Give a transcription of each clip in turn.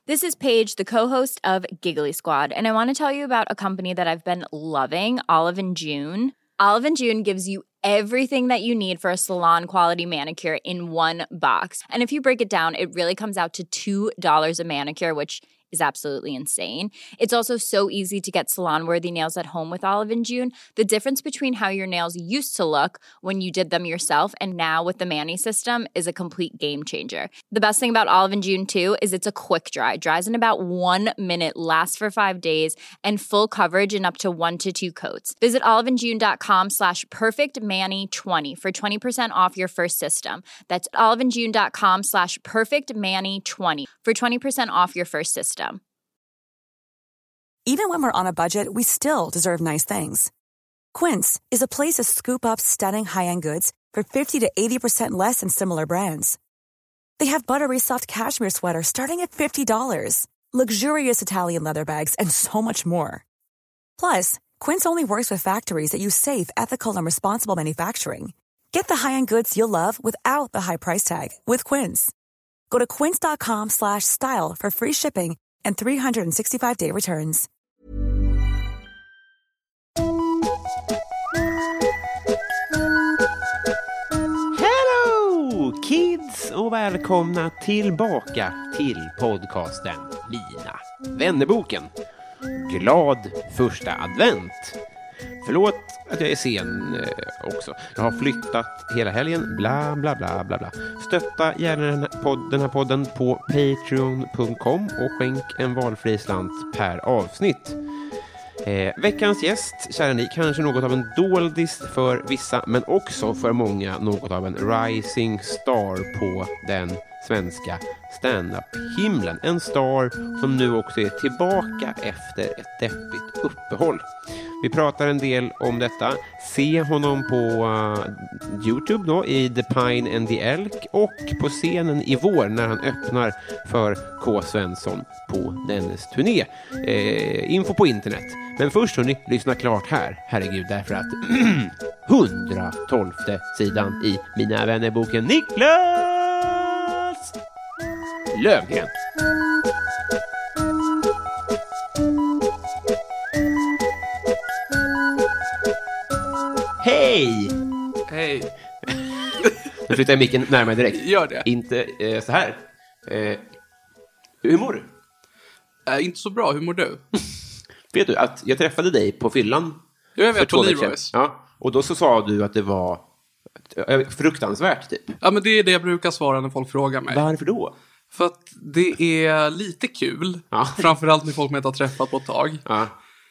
This is Paige, the co-host of Giggly Squad, and I want to tell you about a company that I've been loving, Olive & June. Olive & June gives you everything that you need for a salon-quality manicure in one box. And if you break it down, it really comes out to $2 a manicure, which is absolutely insane. It's also so easy to get salon-worthy nails at home with Olive & June. The difference between how your nails used to look when you did them yourself and now with the Mani system is a complete game changer. The best thing about Olive & June, too, is it's a quick dry. Dries in about 1 minute, lasts for 5 days, and full coverage in up to 1 to 2 coats. Visit oliveandjune.com/perfectmani20 for 20% off your first system. That's oliveandjune.com/perfectmani20 for 20% off your first system. Even when we're on a budget, we still deserve nice things. Quince is a place to scoop up stunning high-end goods for 50 to 80% less than similar brands. They have buttery soft cashmere sweaters starting at $50, luxurious Italian leather bags, and so much more. Plus, Quince only works with factories that use safe, ethical, and responsible manufacturing. Get the high-end goods you'll love without the high price tag with Quince. Go to quince.com/style for free shipping and 365-day returns. Hello kids och välkomna tillbaka till podcasten Mina vännerboken. Glad första advent. Förlåt att jag är sen också. Jag har flyttat hela helgen. Bla bla bla bla bla. Stötta gärna den här podden på patreon.com och skänk en valfri slant per avsnitt. Veckans gäst, kära ni, kanske något av en doldis för vissa, men också för många något av en rising star på den svenska stand-up-himlen. En star som nu också är tillbaka efter ett deppigt uppehåll. Vi pratar en del om detta. Se honom på YouTube då i The Pine and the Elk och på scenen i vår när han öppnar för K. Svensson på dennes turné. Info på internet. Men först hörni, lyssna klart här. Herregud, därför att 112:e sidan i Mina vännerboken Niklas Löfgren. Hej! Hej. Nu flyttar jag micken närmare direkt. Gör det. Inte så här. Hur mår du? Inte så bra, hur mår du? Vet du att jag träffade dig på fyllan? Jag vet, på Leroy's. Ja, och då så sa du att det var fruktansvärt typ. Ja, men det är det jag brukar svara när folk frågar mig. Varför då? För att det är lite kul. Ja. Framförallt med folk man inte har träffat på ett tag. Ja.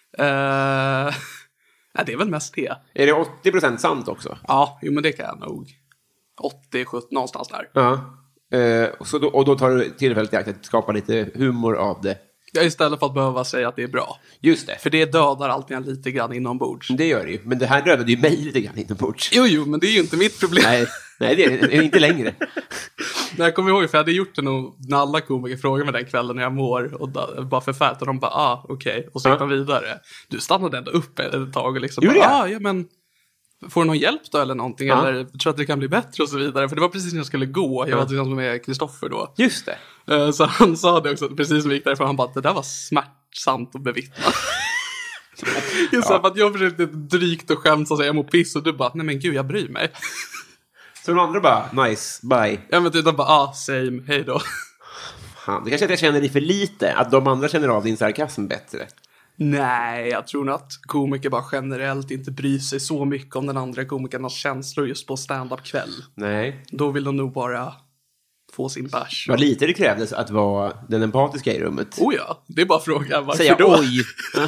Ja, det är väl mest det. Är det 80% sant också? Ja, jo, men det kan jag nog. 80-70, någonstans där. Ja. Och då tar du tillfället i akt att skapa lite humor av det. Ja, istället för att behöva säga att det är bra. Just det. För det dödar alltid en lite grann inombords. Det gör det ju. Men det här dödade ju mig lite grann inombords. Jo, men det är ju inte mitt problem. Nej, det är inte längre. När jag kommer ihåg, för jag hade gjort det nog när alla komiker frågade mig den kvällen när jag mår och bara förfärt och de bara, okej. Och så gick de vidare. Du stannade ändå upp ett tag och liksom bara, ja men får du någon hjälp då eller någonting? Ja. Eller tror att det kan bli bättre och så vidare. För det var precis när jag skulle gå. Jag var tillsammans med Kristoffer då. Just det. Så han sa det också, precis som vi gick därifrån. Han bara, det där var smärtsamt att bevittna. Just så att jag försökte drygt och skämt och säga jag mår piss. Och du bara, nej men gud jag bryr mig. Så de andra bara, nice, bye. Ja men de bara, same, hej då. Fan, det kanske att jag känner dig för lite. Att de andra känner av din sarkasm bättre. Nej, jag tror nog att komiker bara generellt inte bryr sig så mycket om den andra komikernas känslor just på stand-up-kväll. Nej. Då vill de nog bara få sin bärs. Vad lite det krävdes att vara den empatiska i rummet. Oh ja, det är bara fråga varför säga, då? Oj.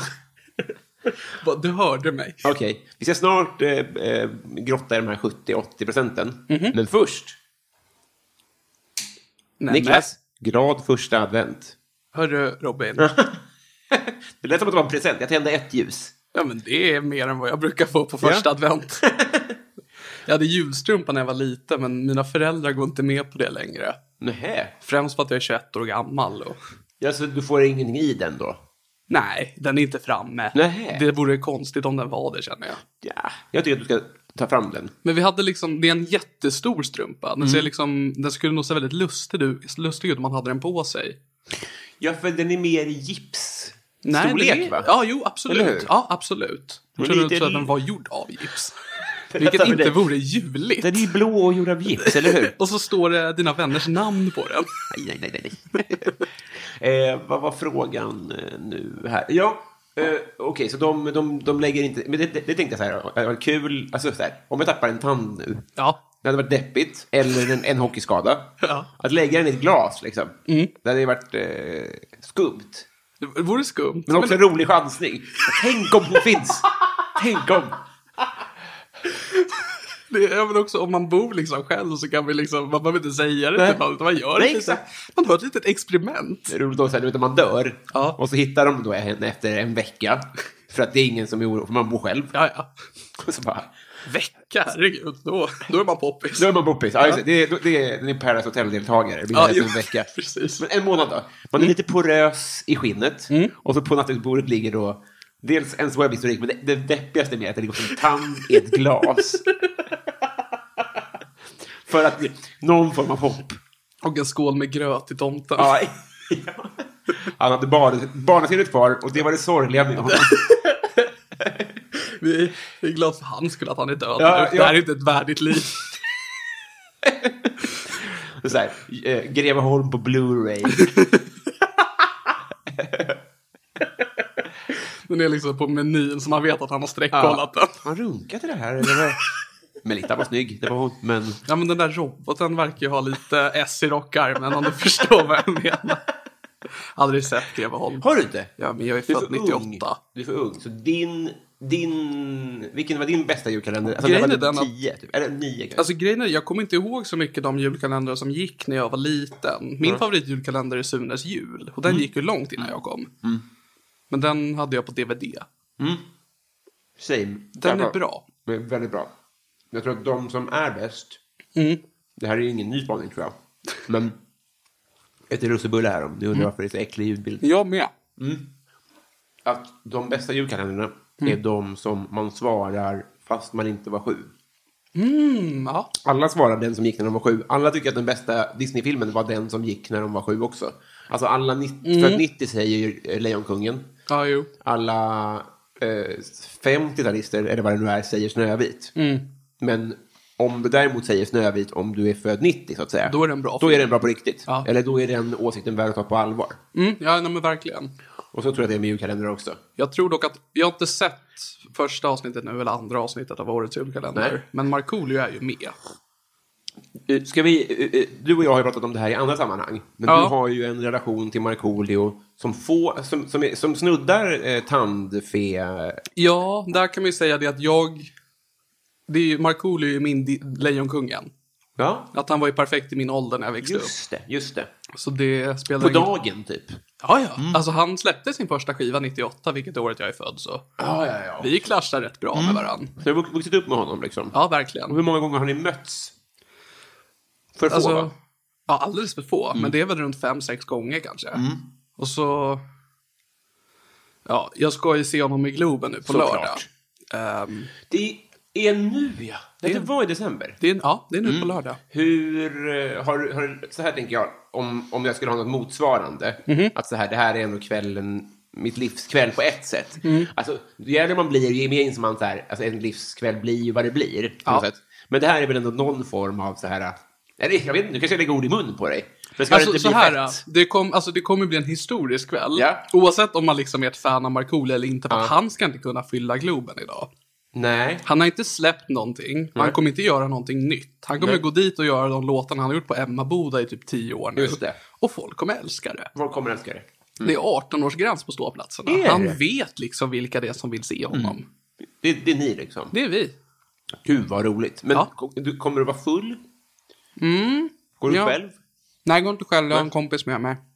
Du hörde mig. Okej, vi ska snart grotta i de här 70-80%. Men först. Niklas, glad första advent. Hörru Robin. Det lät som att det var en present. Jag tände ett ljus. Ja, men det är mer än vad jag brukar få på första advent. Jag hade julstrumpa när jag var liten, men mina föräldrar går inte med på det längre. Nähä. Främst för att jag är 21 år gammal. Och... Ja, så du får ingenting i den då? Nej, den är inte framme. Nähä. Det vore konstigt om den var det, känner jag. Ja, jag tycker att du ska ta fram den. Men vi hade liksom, det är en jättestor strumpa. Den ser liksom, den skulle nog se väldigt lustig ut om man hade den på sig. Ja, för den är mer gips. Nej, Storlek, va? Ja, jo, absolut. Eller hur? Ja, absolut. Jag Men trodde lite- att den var gjord av gips. Berätta Vilket för inte dig. vore ljuvligt. Den är ju blå och gjord av gips, eller hur? Och så står det dina vänners namn på den. Nej. Vad var frågan nu här? Ja, okej, så de lägger inte... Men det tänkte jag så här, det var kul, alltså så här, om jag tappar en tand nu, Ja. det hade varit deppigt, eller en hockeyskada. Ja. Att lägga den i ett glas, liksom. Det hade ju varit skumt. Det vore skumt. Men också en rolig chansning. Tänk om hon finns! Tänk om! Det är väl också om man bor liksom själv så kan vi liksom, man behöver inte säga det Nej. till någon, utan man gör Nej, det. exakt. Man har ett litet experiment. Det är roligt då, så här, du vet, när man dör. Ja. Och så hittar de då henne efter en vecka. För att det är ingen som är orolig, för man bor själv. Ja. Och så bara... Vecka, herregud. Då är man poppis. Då är man poppis. Ja, just det. Det är Paradise Hotel-deltagare. Det blir Ja, en jo, vecka. precis. Men en månad då. Man är lite porös i skinnet. Och så på nattduksbordet ligger då dels en webbhistorik, men det deppigaste med att det ligger som en tand i ett glas. För att någon form av hopp. Och en skål med gröt till tomten. Ja. Han hade barnasinnet kvar och det var det sorgliga med honom. Vi är glada för hans skull att han är död. Ja, Det här är inte ett värdigt liv. Det är så här, Greveholm på Blu-ray. Den är liksom på menyn så man vet att han har sträckkollat den. Han runkade till det här, eller vad? Melita var snygg, det var hon, men... Ja, men den där roboten verkar ju ha lite S i rockarmen om du förstår vad jag menar. Aldrig sett Greveholm. Har du inte? Ja, men jag är Du är född för 98. ung. Du är för ung. Så vilken var din bästa julkalender? Alltså, Grejen det är var den att- 10, typ. Eller 9 kanske. Alltså grejen är, jag kommer inte ihåg så mycket de julkalendrar som gick när jag var liten. Min favoritjulkalender är Sunes jul. Och den gick ju långt innan jag kom. Men den hade jag på DVD. Same. Den är bra. Men väldigt bra. Jag tror att de som är bäst, det här är ju ingen ny spaning tror jag, men ett russebulle här om ni undrar varför det är så äcklig ljudbild. Jag med. Att de bästa julkalendrarna är de som man svarar fast man inte var 7. Ja. Alla svarar den som gick när de var 7. Alla tycker att den bästa Disney-filmen var den som gick när de var 7 också. Alltså alla för att 90 säger ju Lejonkungen. Ja, jo. Alla 50-talister, eller vad det nu är, säger Snövit. Men om du däremot säger Snövit om du är född 90 så att säga. Då är den bra. Då är den bra på riktigt. Ja. Eller då är den åsikten värd att ta på allvar. Ja, nej, men verkligen. Och så tror jag att det är med julkalendrar också. Jag tror dock att, jag har inte sett första avsnittet nu eller andra avsnittet av årets julkalender. Nej. Men Markoolio är ju med. Ska vi, du och jag har ju pratat om det här i andra sammanhang. Men Ja. du har ju en relation till Markoolio som snuddar tandfe. Ja, där kan man ju säga det att det är ju Markoolio är min Lejonkungen. Ja, Att han var ju perfekt i min ålder när jag växte upp. just det. Så det spelar På ingen... dagen typ. Ja. Alltså han släppte sin första skiva 98, vilket är året jag är född. Så Ja. vi clashar rätt bra med varandra. Så du har vuxit upp med honom liksom. Ja, Och verkligen. hur många gånger har ni mötts? För få, va? Ja, alldeles för få. Men det är väl runt 5-6 gånger kanske. Och så... Ja, jag ska ju se honom i Globen nu på lördag. Det är nu, ja. Det var i december. Det är nu på lördag. Hur har så här tänker jag, om jag skulle ha något motsvarande, att så här, det här är ändå kvällen, mitt livskväll på ett sätt. Alltså, ju äldre man blir, ju mer inser man så här, alltså en livskväll blir ju vad det blir på något sätt. Men det här är väl ändå någon form av så här, eller jag vet inte, du kanske lägger ord i mun på dig. Men ska Alltså det inte så bli här, fett? det kommer bli en historisk kväll. Ja. Oavsett om man liksom är ett fan av Markoolio eller inte. För att han ska inte kunna fylla Globen idag. Nej. Han har inte släppt någonting. Han kommer inte göra någonting nytt. Han kommer gå dit och göra de låtarna han har gjort på Emmaboda i typ 10 år nu. Just det. Och folk kommer älska det. Folk kommer älska det. Det är 18-årsgräns på ståplatserna. Är Han det? vet liksom vilka det är som vill se honom. Det är ni liksom. Det är vi. Gud vad roligt. Men Ja. kommer du vara full? Går du Ja. själv? Nej, jag går inte själv. Jag har en kompis med mig.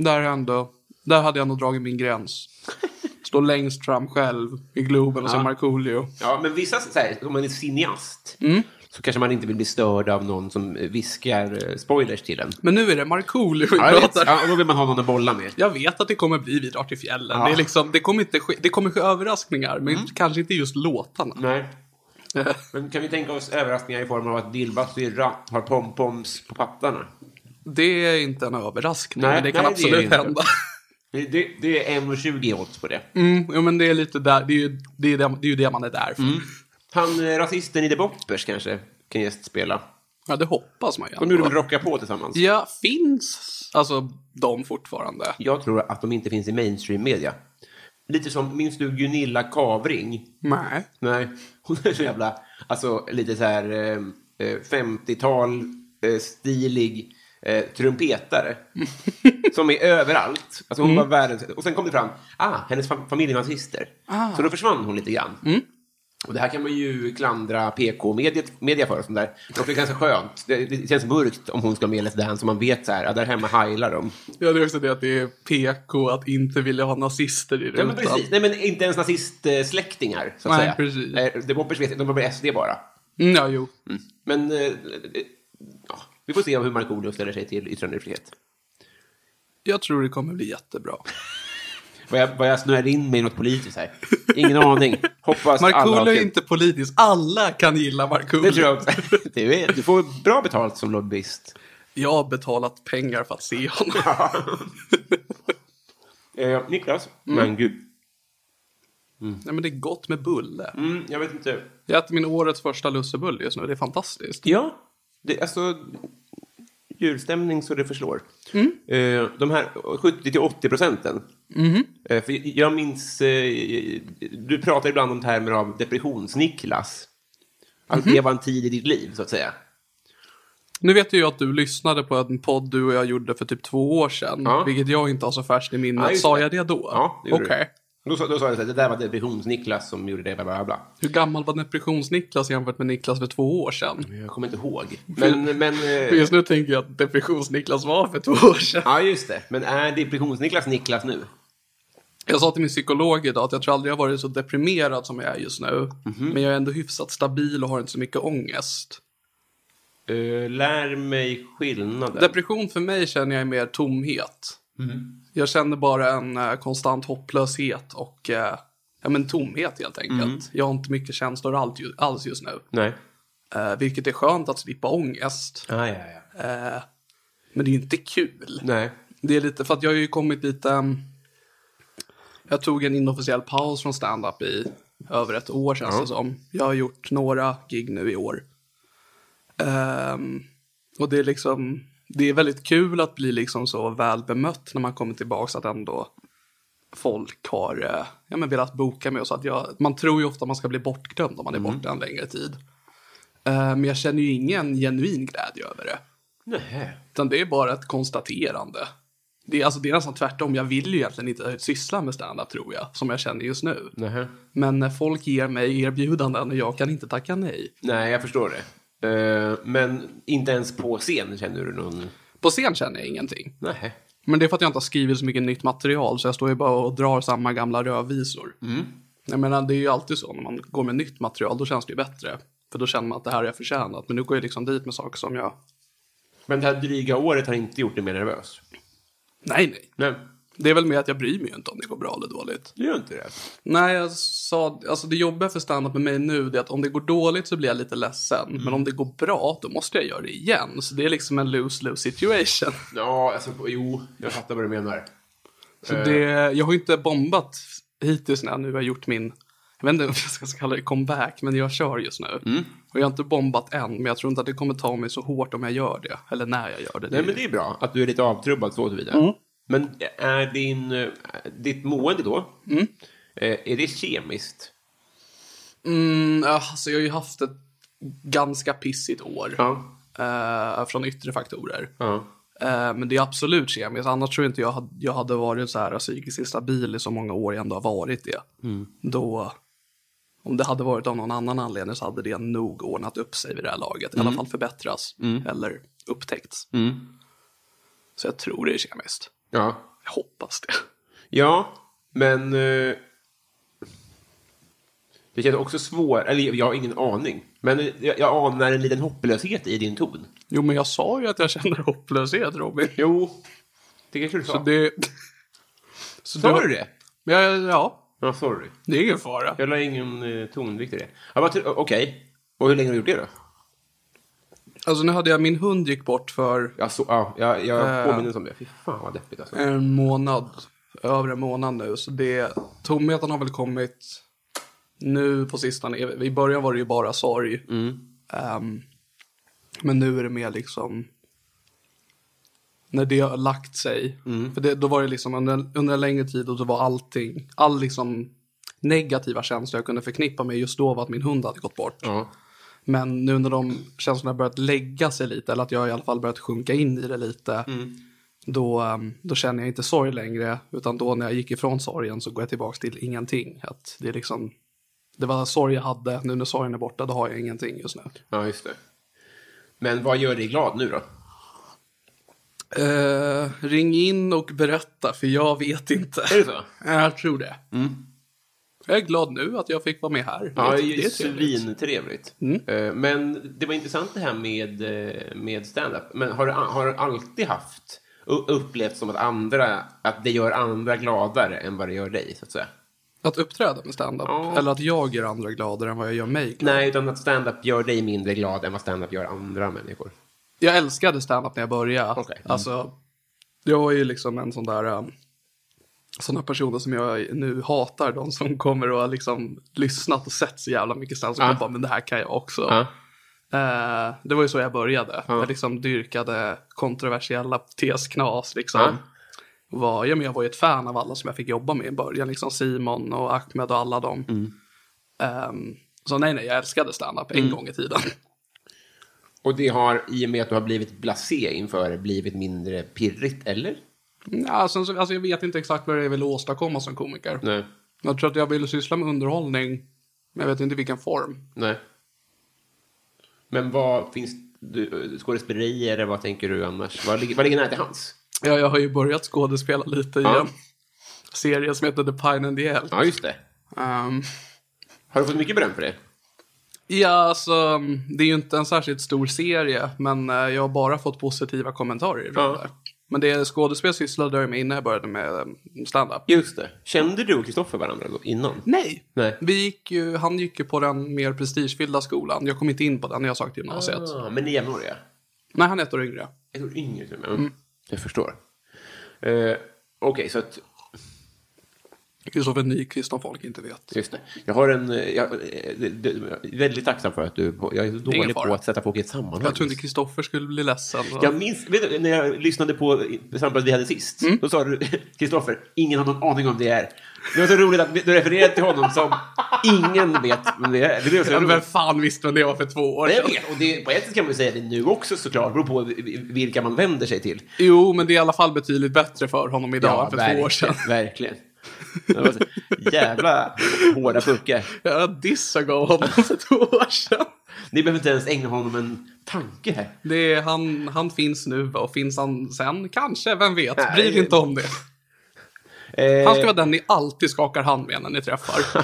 Där hade jag nog dragit min gräns. Stå längst fram själv i Globen och se Markoolio. Ja, men vissa, så här, om man är cineast så kanske man inte vill bli störd av någon som viskar spoilers till en. Men nu är det Markoolio vi Ja, jag vet. pratar. Ja, och då vill man ha någon att bolla med. Jag vet att det kommer bli Vi drar till fjällen. Ja. Det, är liksom, det kommer ske överraskningar, men kanske inte just låtarna. Nej. Men kan vi tänka oss överraskningar i form av att Dilbas syrra har pompoms på pattarna? Det är inte en överraskning, Nej, men det kan nej, det är det absolut inte. hända. Det är 1,20 odds på det. Ja, men det är lite där. Det är ju det man är där för. Han, rasisten i The Boppers kanske kan gästspela. Ja, det hoppas man ju. De gjorde väl Rocka på tillsammans? Ja, finns alltså de fortfarande? Jag tror att de inte finns i mainstream-media. Lite som, minns du Gunilla Kavring? Nej. Hon är så jävla, alltså lite så här 50-tal stilig trumpetare. Som är överallt. Alltså hon var världens... Och sen kom det fram, hennes familj är nazister. Så då försvann hon lite grann. Och det här kan man ju klandra PK-media för och sånt där. Men det är ganska skönt. Det känns mörkt om hon ska med Let's Dance. Så man vet så här, där hemma heilar de. Ja, det är också det att det är PK att inte vilja ha nazister i det. Ja, men precis. Nej, men inte ens nazistsläktingar, så att säga. Precis. Det var precis. De var bara SD bara. Ja, jo. Men vi får se hur Markoolio ställer sig till yttrandefrihet. Jag tror det kommer bli jättebra. Vad jag snöar in mig i något politiskt här. Ingen aning. Hoppas Markoolio är inte politisk. Alla kan gilla Markoolio. Det tror jag också. Du får bra betalt som lobbyist. Jag har betalat pengar för att se honom. Niklas, men gud. Nej, men det är gott med bulle. Jag vet inte. Jag äter min årets första lussebulle just nu. Det är fantastiskt. Ja, alltså julstämning så det förslår. De här 70-80%. För jag minns, du pratar ibland om termer av depressionsniklas. Att det var en tid i ditt liv, så att säga. Nu vet jag ju att du lyssnade på en podd du och jag gjorde för typ 2 år sedan. Vilket jag inte har så färskt i minnet. Sa jag det då? Ja, det gjorde Okej. Då sa jag att det där var depressionsniklas som gjorde det, bla bla bla. Hur gammal var depressionsniklas jämfört med Niklas för 2 år sedan? Jag kommer inte ihåg. Men just nu tänker jag att depressionsniklas var för 2 år sedan. Ja, just det. Men är depressionsniklas Niklas nu? Jag sa till min psykolog idag att jag tror aldrig jag varit så deprimerad som jag är just nu. Men jag är ändå hyfsat stabil och har inte så mycket ångest. Lär mig skillnaden. Depression för mig känner jag är mer tomhet. Jag känner bara en konstant hopplöshet och tomhet helt enkelt. Jag har inte mycket känslor alls just nu. Nej. Vilket är skönt att slippa ångest. Ja. Men det är ju inte kul. Nej. Det är lite, för att jag har ju kommit lite... Jag tog en inofficiell paus från stand-up i över 1 år känns det som. Jag har gjort några gig nu i år. Och det är liksom... Det är väldigt kul att bli liksom så väl bemött när man kommer tillbaka, att ändå folk har velat boka mig. Och så att man tror ju ofta att man ska bli bortglömd om man är borta en längre tid. Men jag känner ju ingen genuin glädje över det. Nej. Utan det är bara ett konstaterande. Det är nästan tvärtom. Jag vill ju egentligen inte syssla med stand-up, tror jag, som jag känner just nu. Nej. Men när folk ger mig erbjudanden och jag kan inte tacka nej. Nej, jag förstår det. Men inte ens på scen känner du någon... På scen känner jag ingenting. Nej. Men det är för att jag inte har skrivit så mycket nytt material, så jag står ju bara och drar samma gamla rövvisor. Jag menar, det är ju alltid så när man går med nytt material, då känns det ju bättre. För då känner man att det här är förtjänat. Men nu går jag liksom dit med saker som jag... Men det här dryga året har inte gjort dig mer nervös? Nej. Nej. Det är väl mer att jag bryr mig inte om det går bra eller dåligt. Du gör inte det? Nej, jag sa... Alltså det jobbiga för stand-up med mig nu är att om det går dåligt så blir jag lite ledsen. Men om det går bra, då måste jag göra det igen. Så det är liksom en lose-lose situation. Ja, alltså, jag fattar vad du menar. Så jag har ju inte bombat hittills när jag nu har gjort min... Jag vet inte om jag ska kalla det comeback, men jag kör just nu. Och jag har inte bombat än, men jag tror inte att det kommer ta mig så hårt om jag gör det. Eller när jag gör det. Nej, men det är bra att du är lite avtrubbad så vidare. Men är ditt mående då, är det kemiskt? Alltså jag har ju haft ett ganska pissigt år. Från yttre faktorer. Men det är absolut kemiskt. Annars tror jag inte jag hade varit så här psykiskt instabil i så många år jag ändå har varit det. Då, om det hade varit av någon annan anledning, så hade det nog ordnat upp sig vid det här laget. I alla fall förbättras. Eller upptäckts. Så jag tror det är kemiskt. Ja. Jag hoppas det. Ja, men det känns också svårt. Eller jag har ingen aning. Men jag anar en liten hopplöshet i din ton. Jo, men jag sa ju att jag känner hopplöshet, Robin. Jo, det kanske du sa. Sa du det? Ja. Ja, sorry. Det är ingen fara. Jag la ingen tonvikt i det. Ja, okej. Och hur länge har du gjort det då? Alltså nu hade jag, min hund gick bort för... Jag påminner om det. Fy fan vad deppigt alltså. 1 månad. över en månad nu. Så tomheten har väl kommit nu på sistone. I början var det ju bara sorg. Men nu är det mer liksom när det har lagt sig. För då var det liksom under en längre tid och då var all liksom negativa känslor jag kunde förknippa med just då var att min hund hade gått bort. Men nu när de känslorna börjat lägga sig lite, eller att jag i alla fall börjat sjunka in i det lite, då känner jag inte sorg längre, utan då när jag gick ifrån sorgen så går jag tillbaka till ingenting. Att det är liksom, det var sorg jag hade, nu när sorgen är borta, då har jag ingenting just nu. Ja, just det. Men vad gör dig glad nu då? Ring in och berätta, för jag vet inte. Är det så? Jag tror det. Jag är glad nu att jag fick vara med här. Ja, det är svintrevligt. Men det var intressant det här med stand-up. Men har du alltid haft upplevt som att det gör andra gladare än vad det gör dig, så att säga? Att uppträda med stand-up? Ja. Eller att jag gör andra gladare än vad jag gör mig glad? Nej, utan att stand-up gör dig mindre glad än vad stand-up gör andra människor. Jag älskade stand-up när jag började. Okay. Alltså, jag var ju liksom en sådana personer som jag nu hatar, de som kommer och har liksom lyssnat och sett så jävla mycket stand-up, så bara, men det här kan jag också. Det var ju så jag började. Jag liksom dyrkade kontroversiella tesknas liksom. Jag var ju ett fan av alla som jag fick jobba med i början, liksom Simon och Ahmed och alla dem. Så nej, jag älskade stand-up en gång i tiden. Och det har, i och med att du har blivit blasé inför, blivit mindre pirrigt, eller? Ja, alltså jag vet inte exakt vad jag vill åstadkomma som komiker. Nej. Jag tror att jag vill syssla med underhållning, men jag vet inte vilken form. Nej. Men vad finns skådespeleri, eller vad tänker du annars? Vad ligger nära till hands? Ja, jag har ju börjat skådespela lite i en serie som heter The Pine and the Elk. Ja, just det. Har du fått mycket beröm för det? Ja, alltså, det är ju inte en särskilt stor serie, men jag har bara fått positiva kommentarer. Men det är skådespel sysslade jag med innan jag började med stand-up. Just det. Kände du och Kristoffer varandra då, innan? Nej. Han gick ju på den mer prestigefyllda skolan. Jag kom inte in på den när jag sökte gymnasiet. Men ni är jämnåriga? Nej, han är ett år yngre. Ett år yngre, tror jag. Jag förstår. Okej, så att... Kristoffer Nyqvist, om folk inte vet. Just det. Jag har väldigt tacksam för att jag är dålig på att sätta folk i ett sammanhang. Jag tror inte Kristoffer skulle bli ledsen. Jag minns, vet du, när jag lyssnade på samtalet vi hade sist, då sa du, Kristoffer, ingen har någon aning om det är. Det var så roligt att du refererade till honom som ingen vet vem det är. Det så vem fan visste vem det var för 2 år sedan? Och på ett sätt kan man ju säga det nu också, såklart. Det beror på vilka man vänder sig till. Jo, men det är i alla fall betydligt bättre för honom idag än för 2 år sedan. Verkligen. Jävla hårda puckar. Jag dissade honom för 2 år sedan. Ni behöver inte ens ägna honom en tanke här. Han finns nu, och finns han sen? Kanske, vem vet? Bry dig inte om det. Han ska vara den ni alltid skakar hand med när ni träffar.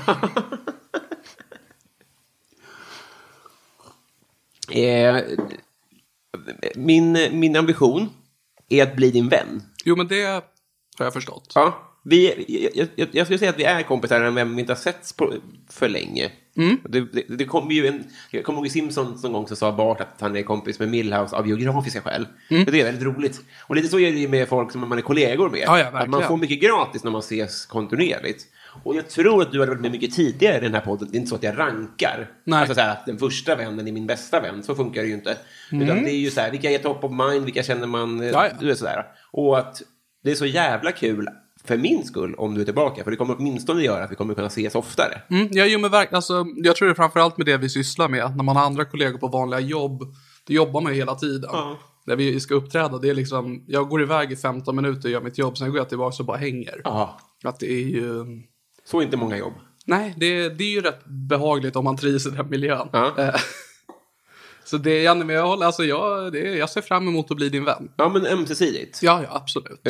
Min ambition är att bli din vän. Jo, men det har jag förstått. Ja. Jag skulle säga att vi är kompisar men vi inte har setts för länge. Det kom ju jag kommer ihåg i Simpsons någon gång så sa Bart att han är kompis med Milhouse av geografiska skäl. Det är väldigt roligt. Och lite så är det ju med folk som man är kollegor med. Ja, att man får mycket gratis när man ses kontinuerligt. Och jag tror att du hade varit med mycket tidigare i den här podden. Det är inte så att jag rankar. Alltså så här, att den första vännen är min bästa vän. Så funkar det ju inte. Utan det är ju så här, vilka är top of mind, vilka känner man. Du är sådär. Och att det är så jävla kul för min skull om du är tillbaka. För det kommer åtminstone göra att vi kommer kunna ses oftare. Alltså, jag tror det är framförallt med det vi sysslar med. När man har andra kollegor på vanliga jobb, då jobbar man ju hela tiden. När vi ska uppträda, det är liksom, jag går iväg i 15 minuter och gör mitt jobb, sen går jag tillbaka och bara hänger. Att det är ju... Så är inte många jobb. Nej, det är ju rätt behagligt om man trivs i den miljön. Så det är, men jag ser fram emot att bli din vän. Ja, men ömsesidigt. Ja, absolut.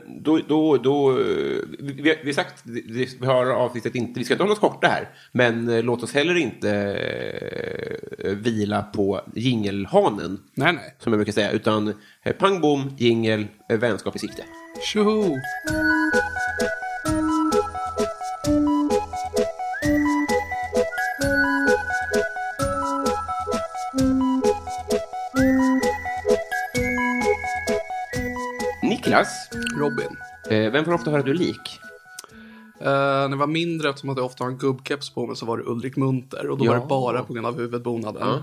Vi har sagt, vi har avsnittet inte, vi ska inte hålla oss korta här, men låt oss heller inte vila på jingelhanen. Nej. Som jag brukar säga, utan pang bom, jingel, vänskap i sikte. Tjoho! Niklas. Robin. Vem får ofta höra att du är lik? När jag var mindre, eftersom att jag ofta har en gubbkeps på mig, så var det Ulrik Munter. Och då var det bara på grund av huvudbonaden.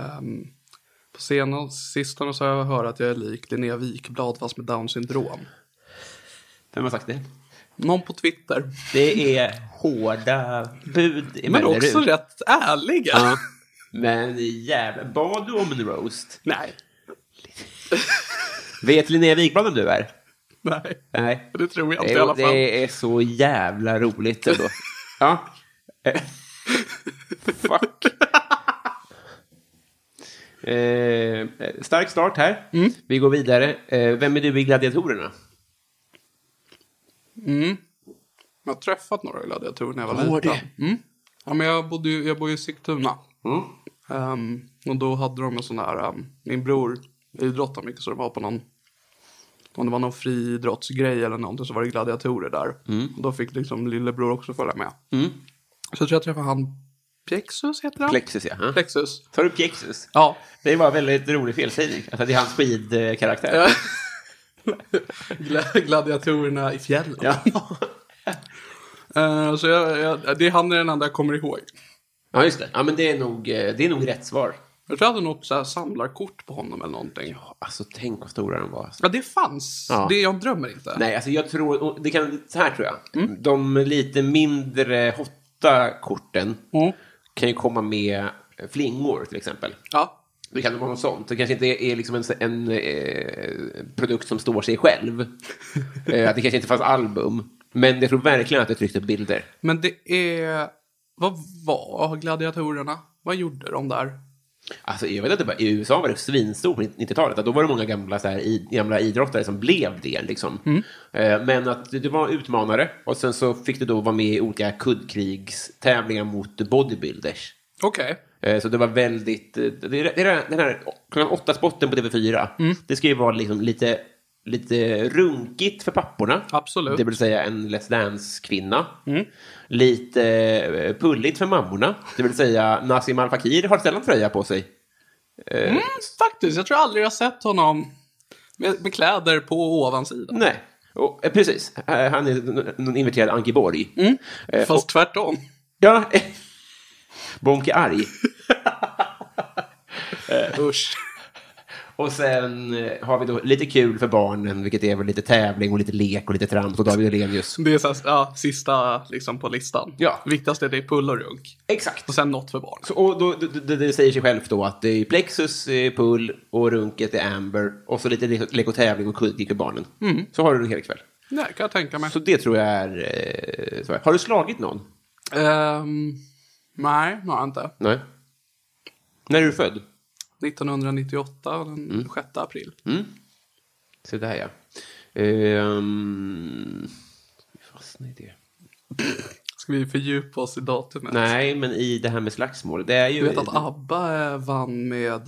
På sistone så har jag hört att jag är lik Linnea Wikblad fast med Down syndrom. Vem har sagt det? Någon på Twitter. Det är hårda bud. Men också rätt ärliga. Ja. Men jävlar, bad du om en roast? Nej. Vet Linnea Wikblad vem du är? Nej. Det tror jag inte i alla fall. Det är så jävla roligt ändå. Ja. Fuck. Stark start här. Vi går vidare. Vem är du i Gladiatorerna? Jag har träffat några gladiatorer när jag var liten. Ja, men jag bor i Sigtuna. Och då hade de en sån här... min bror idrottar mycket, så de var på någon... Om det var någon friidrottsgrej eller någonting, så var det gladiatorer där. Och då fick liksom lillebror också följa med. Så jag tror jag träffade han... Plexus heter han? Plexus, ja. Plexus. Tar du Plexus? Ja. Det var väldigt rolig felsägning. Alltså, det är hans skidkaraktär. Gladiatorerna i fjällen. Ja. Så det är han är den enda jag kommer ihåg. Ja, just det. Ja, men det är nog rätt svar. Jag tror jag hade något så här samlarkort på honom eller någonting. Ja, alltså tänk vad stora de var. Alltså. Ja, det fanns. Ja. Det jag drömmer inte. Nej, alltså jag tror... Så här tror jag. De lite mindre hotta korten kan ju komma med flingor till exempel. Ja. Det kan vara något sånt. Det kanske inte är liksom en produkt som står sig själv. Att det kanske inte fanns album. Men jag tror verkligen att det tryckte bilder. Men det är... Vad var gladiatorerna? Vad gjorde de där? Alltså jag vet inte, i USA var det svinstort på 90-talet. Då var det många gamla idrottare som blev det liksom. Men att det var utmanare. Och sen så fick du då vara med i olika kuddkrigstävlingar mot bodybuilders. Okej. Så det var väldigt... Den här klockan 8-spotten på TV4. Det ska ju vara liksom lite runkigt för papporna. Absolut. Det vill säga en Let's Dance-kvinna. Lite pulligt för mammorna. Det vill säga Nassim Al Fakir har sällan tröja på sig. Faktiskt, jag tror aldrig jag sett honom med kläder på ovansidan. Nej, precis. Han är en inverterad Anki Borg. Fast tvärtom. Ja, Bonke arg. Usch. Och sen har vi då lite kul för barnen, vilket är väl lite tävling och lite lek och lite trams och David Hellenius. Det är så här, sista liksom på listan. Ja. Viktigast är det pull och runk. Exakt. Och sen något för barn. Så, och då, det säger sig själv då att det är Plexus, pull och runket är Amber. Och så lite lek och tävling och kuddgick för barnen. Så har du det hela kväll. Nej, kan jag tänka mig. Så det tror jag är... så här. Har du slagit någon? Nej, har jag inte. Nej. När är du född? 1998, den 6 april. Så där, ja. Fastna i det. Ska vi fördjupa oss i datumet? Nej, men i det här med slagsmål. Det är ju... Du vet att ABBA vann med...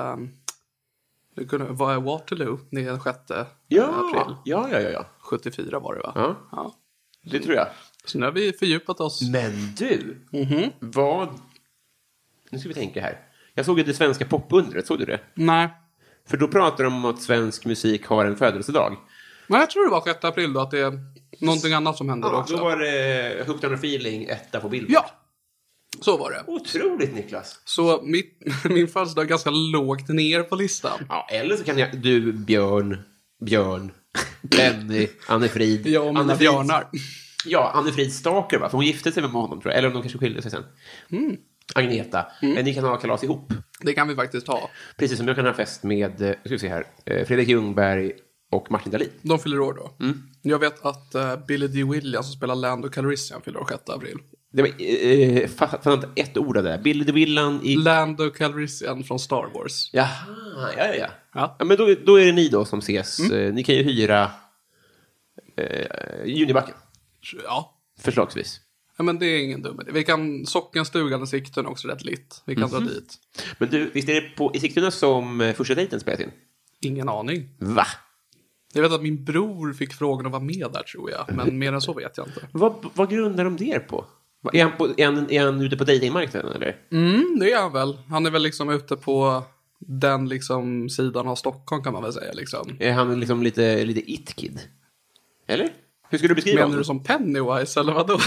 vad är Waterloo? Det är den 6 april. Ja. 74 var det, va? Ja. Det tror jag. Så nu har vi fördjupat oss. Men du, vad... Nu ska vi tänka här. Jag såg ju det svenska popundret, såg du det? Nej. För då pratar de om att svensk musik har en födelsedag. Nej, jag tror det var 6 april då, att det är någonting annat som hände då också. Då var det Hooked on a Feeling, 1 på Billboard. Ja, så var det. Otroligt, Niklas. Så min födelsedag är ganska lågt ner på listan. Ja, eller så kan du, Björn, Benny, Anne-Frid. Ja, och mina björnar. Ja, Anne-Frid Staker, va? För hon gifte sig med honom, tror jag. Eller om de kanske skilde sig sen. Agneta. Ni kan ha kalas ihop. Det kan vi faktiskt ha. Precis som jag kan ha fest med, ska vi se här, Fredrik Ljungberg och Martin Dahlin. De fyller år då. Jag vet att Billy D. Williams som spelar Lando Calrissian fyller år 6 april. Det var fan inte ett ord av det. Billy D. Williams i... Lando Calrissian från Star Wars. Jaha, ja. Men då är det ni då som ses. Ni kan ju hyra Junibacken. Ja. Förslagsvis. Ja, men det är ingen dum idé. Vi kan Sockenstugan i Sigtuna också rätt litt. Vi kan dra dit. Men du, visst är det i Sigtuna som första dejten spelas in? Ingen aning. Va? Jag vet att min bror fick frågan att vara med där, tror jag. Men mer än så vet jag inte. Vad grundar de det på? Är han ute på dejtingmarknaden, eller? Det är han väl. Han är väl liksom ute på den liksom sidan av Stockholm, kan man väl säga. Liksom. Är han liksom lite it-kid? Eller? Hur skulle du beskriva Menar honom? du som Pennywise eller vadå?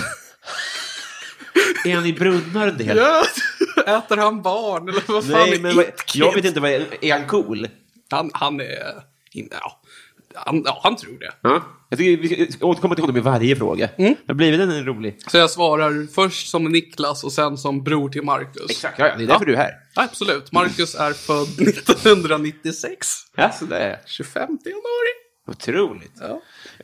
Är han i brunnar en del? Ja, äter han barn eller vad fan Nej, är men jag vet inte vad är han cool? Han är... Han tror det. Ja. Jag tycker vi ska återkomma till honom i varje fråga. Det har blivit en rolig. Så jag svarar först som Niklas och sen som bror till Marcus. Exakt, ja, det är därför du är här. Absolut. Marcus är född 1996. Ja, så det är 25 januari. otroligt. Ja.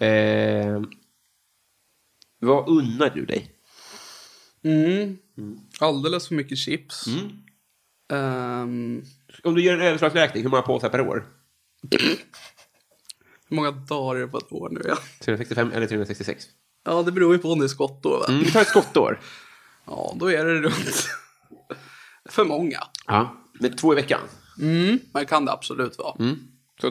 Vad unnar du dig? Alldeles för mycket chips. Om du gör en överslagsräkning, hur många påsar per år? Hur många dagar är det på ett år nu? Ja, 365 eller 366? ja det beror ju på om det är skottår, va? Vi tar ett skottår. Ja, då är det runt för många. Ja, men 2 i veckan. Men kan det absolut vara. Så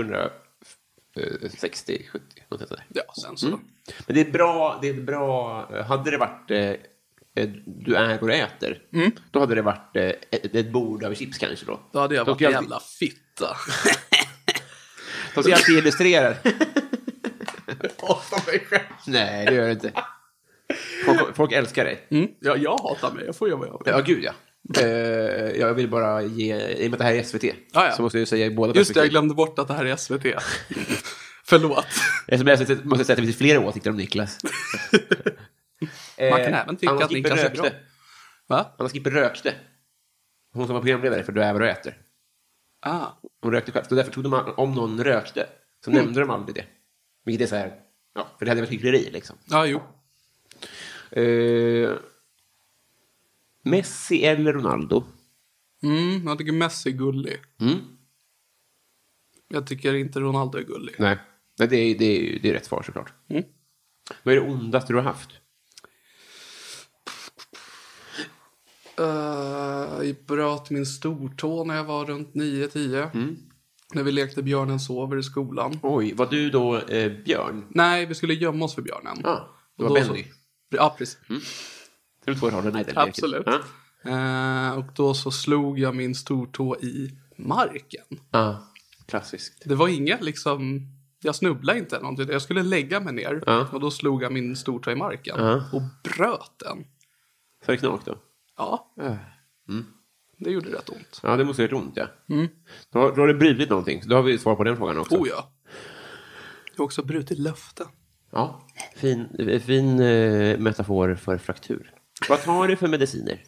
160, 70, något sånt där. Ja, sen så. Men det är bra. Hade det varit du äger och äter, då hade det varit ett bord av chips kanske då. Då hade jag varit en jävla fitta. De ska alltid illustrera. Jag hatar mig själv. Nej, det gör det inte. Folk älskar dig. Ja, jag hatar mig. Jag får göra vad jag vill. Ja, gud ja. Jag vill bara ge, i och med att det här är SVT, Ja. så måste jag säga i båda Just det, jag glömde bort att det här är SVT. Förlåt. Jag måste säga att det finns flera åsikter om Niklas. Man kan även tycka att Niklas är bra. Va? Anna Skipper rökte. Hon som var programledare för Du äver och äter. Hon rökte själv. Så därför tog de, om någon rökte, så nämnde de aldrig det. Vilket är så här, ja, för det hade varit hyckleri liksom. Ja, jo. Messi eller Ronaldo? Jag tycker Messi är gullig. Jag tycker inte Ronaldo är gullig. Nej, det är rätt svar såklart. Vad är det ondaste du har haft? Jag bröt min stortå när jag var runt 9-10. När vi lekte Björnen sover i skolan. Oj, var du då björn? Nej, vi skulle gömma oss för björnen. Ja, det var Benny. Ja, precis. Det var 2 rollerna i den Absolut. Ja. Och då så slog jag min stortå i marken. Ja, klassiskt. Det var inget liksom... Jag snubblade inte eller någonting. Jag skulle lägga mig ner. Och då slog jag min stortå i marken. Och bröt den. Så det knak då? Ja. Det gjorde rätt ont. Ja, det måste göra ont, ja. Då har det brutit någonting. Då har vi svar på den frågan också. Oh ja. Jag har också brutit löften. Ja, fin metafor för fraktur. Vad tar du för mediciner?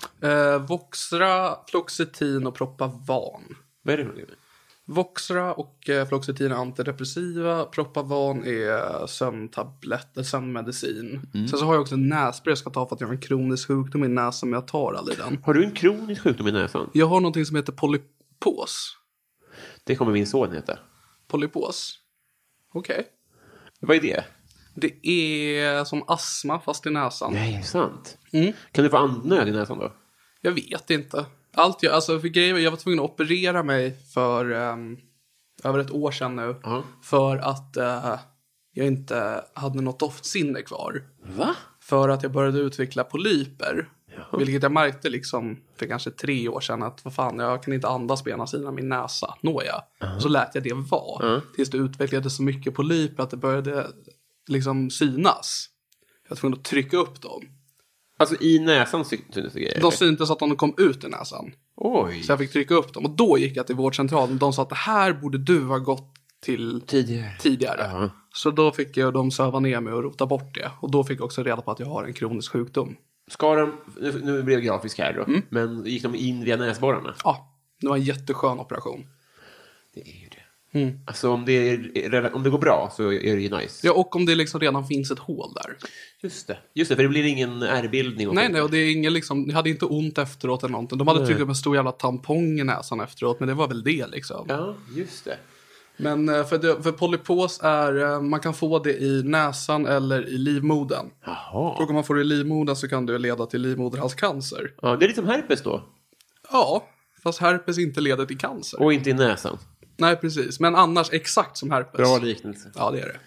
Voxra, Fluoxetin och Propavan. Vad är det för det? Voxra och Fluoxetin är antidepressiva. Propavan är sömnmedicin. Sen så har jag också en nässpray jag ska ta för att jag har en kronisk sjukdom i näsan, men jag tar aldrig den. Har du en kronisk sjukdom i näsan? Jag har någonting som heter polypos. Det kommer min son heta. Polypos? Okej. Vad är det? Det är som astma fast i näsan. Nej, är det sant? Kan du få andnöd i näsan då? Jag vet inte. Jag var tvungen att operera mig för över ett år sedan nu. För att jag inte hade något doftsinne kvar. Va? För att jag började utveckla polyper. Vilket jag märkte liksom för kanske 3 år sedan att vad fan, jag kan inte andas på ena sidan av min näsa. Nåja. Så lät jag det vara. Tills det utvecklades så mycket polyper att det började liksom synas. Jag var tvungen att trycka upp dem. Alltså i näsan syntes det grejer? De syntes att de kom ut i näsan. Oj. Så jag fick trycka upp dem. Och då gick jag till vårdcentralen. De sa att det här borde du ha gått till tidigare. Så då fick jag dem söva ner mig och rota bort det. Och då fick jag också reda på att jag har en kronisk sjukdom. Ska de, nu blev det grafisk här då, men gick de in via näsborrarna? Ja, det var en jätteskön operation. Det är ju det. Alltså om det går bra så är det ju nice. Ja, och om det liksom redan finns ett hål där. Just det, för det blir ingen ärrbildning. Nej, och det är ingen liksom, jag hade inte ont efteråt eller någonting. De hade tryckt upp en stor jävla tampong i näsan efteråt, men det var väl det liksom. Ja, just det. Men för polypos är, man kan få det i näsan eller i livmodern. Jaha. Och om man får det i livmodern så kan det leda till livmoderhalscancer. Ja, det är lite som herpes då. Ja, fast herpes inte leder till cancer. Och inte i näsan. Nej, precis. Men annars exakt som herpes. Bra liknelse. Ja, det är det.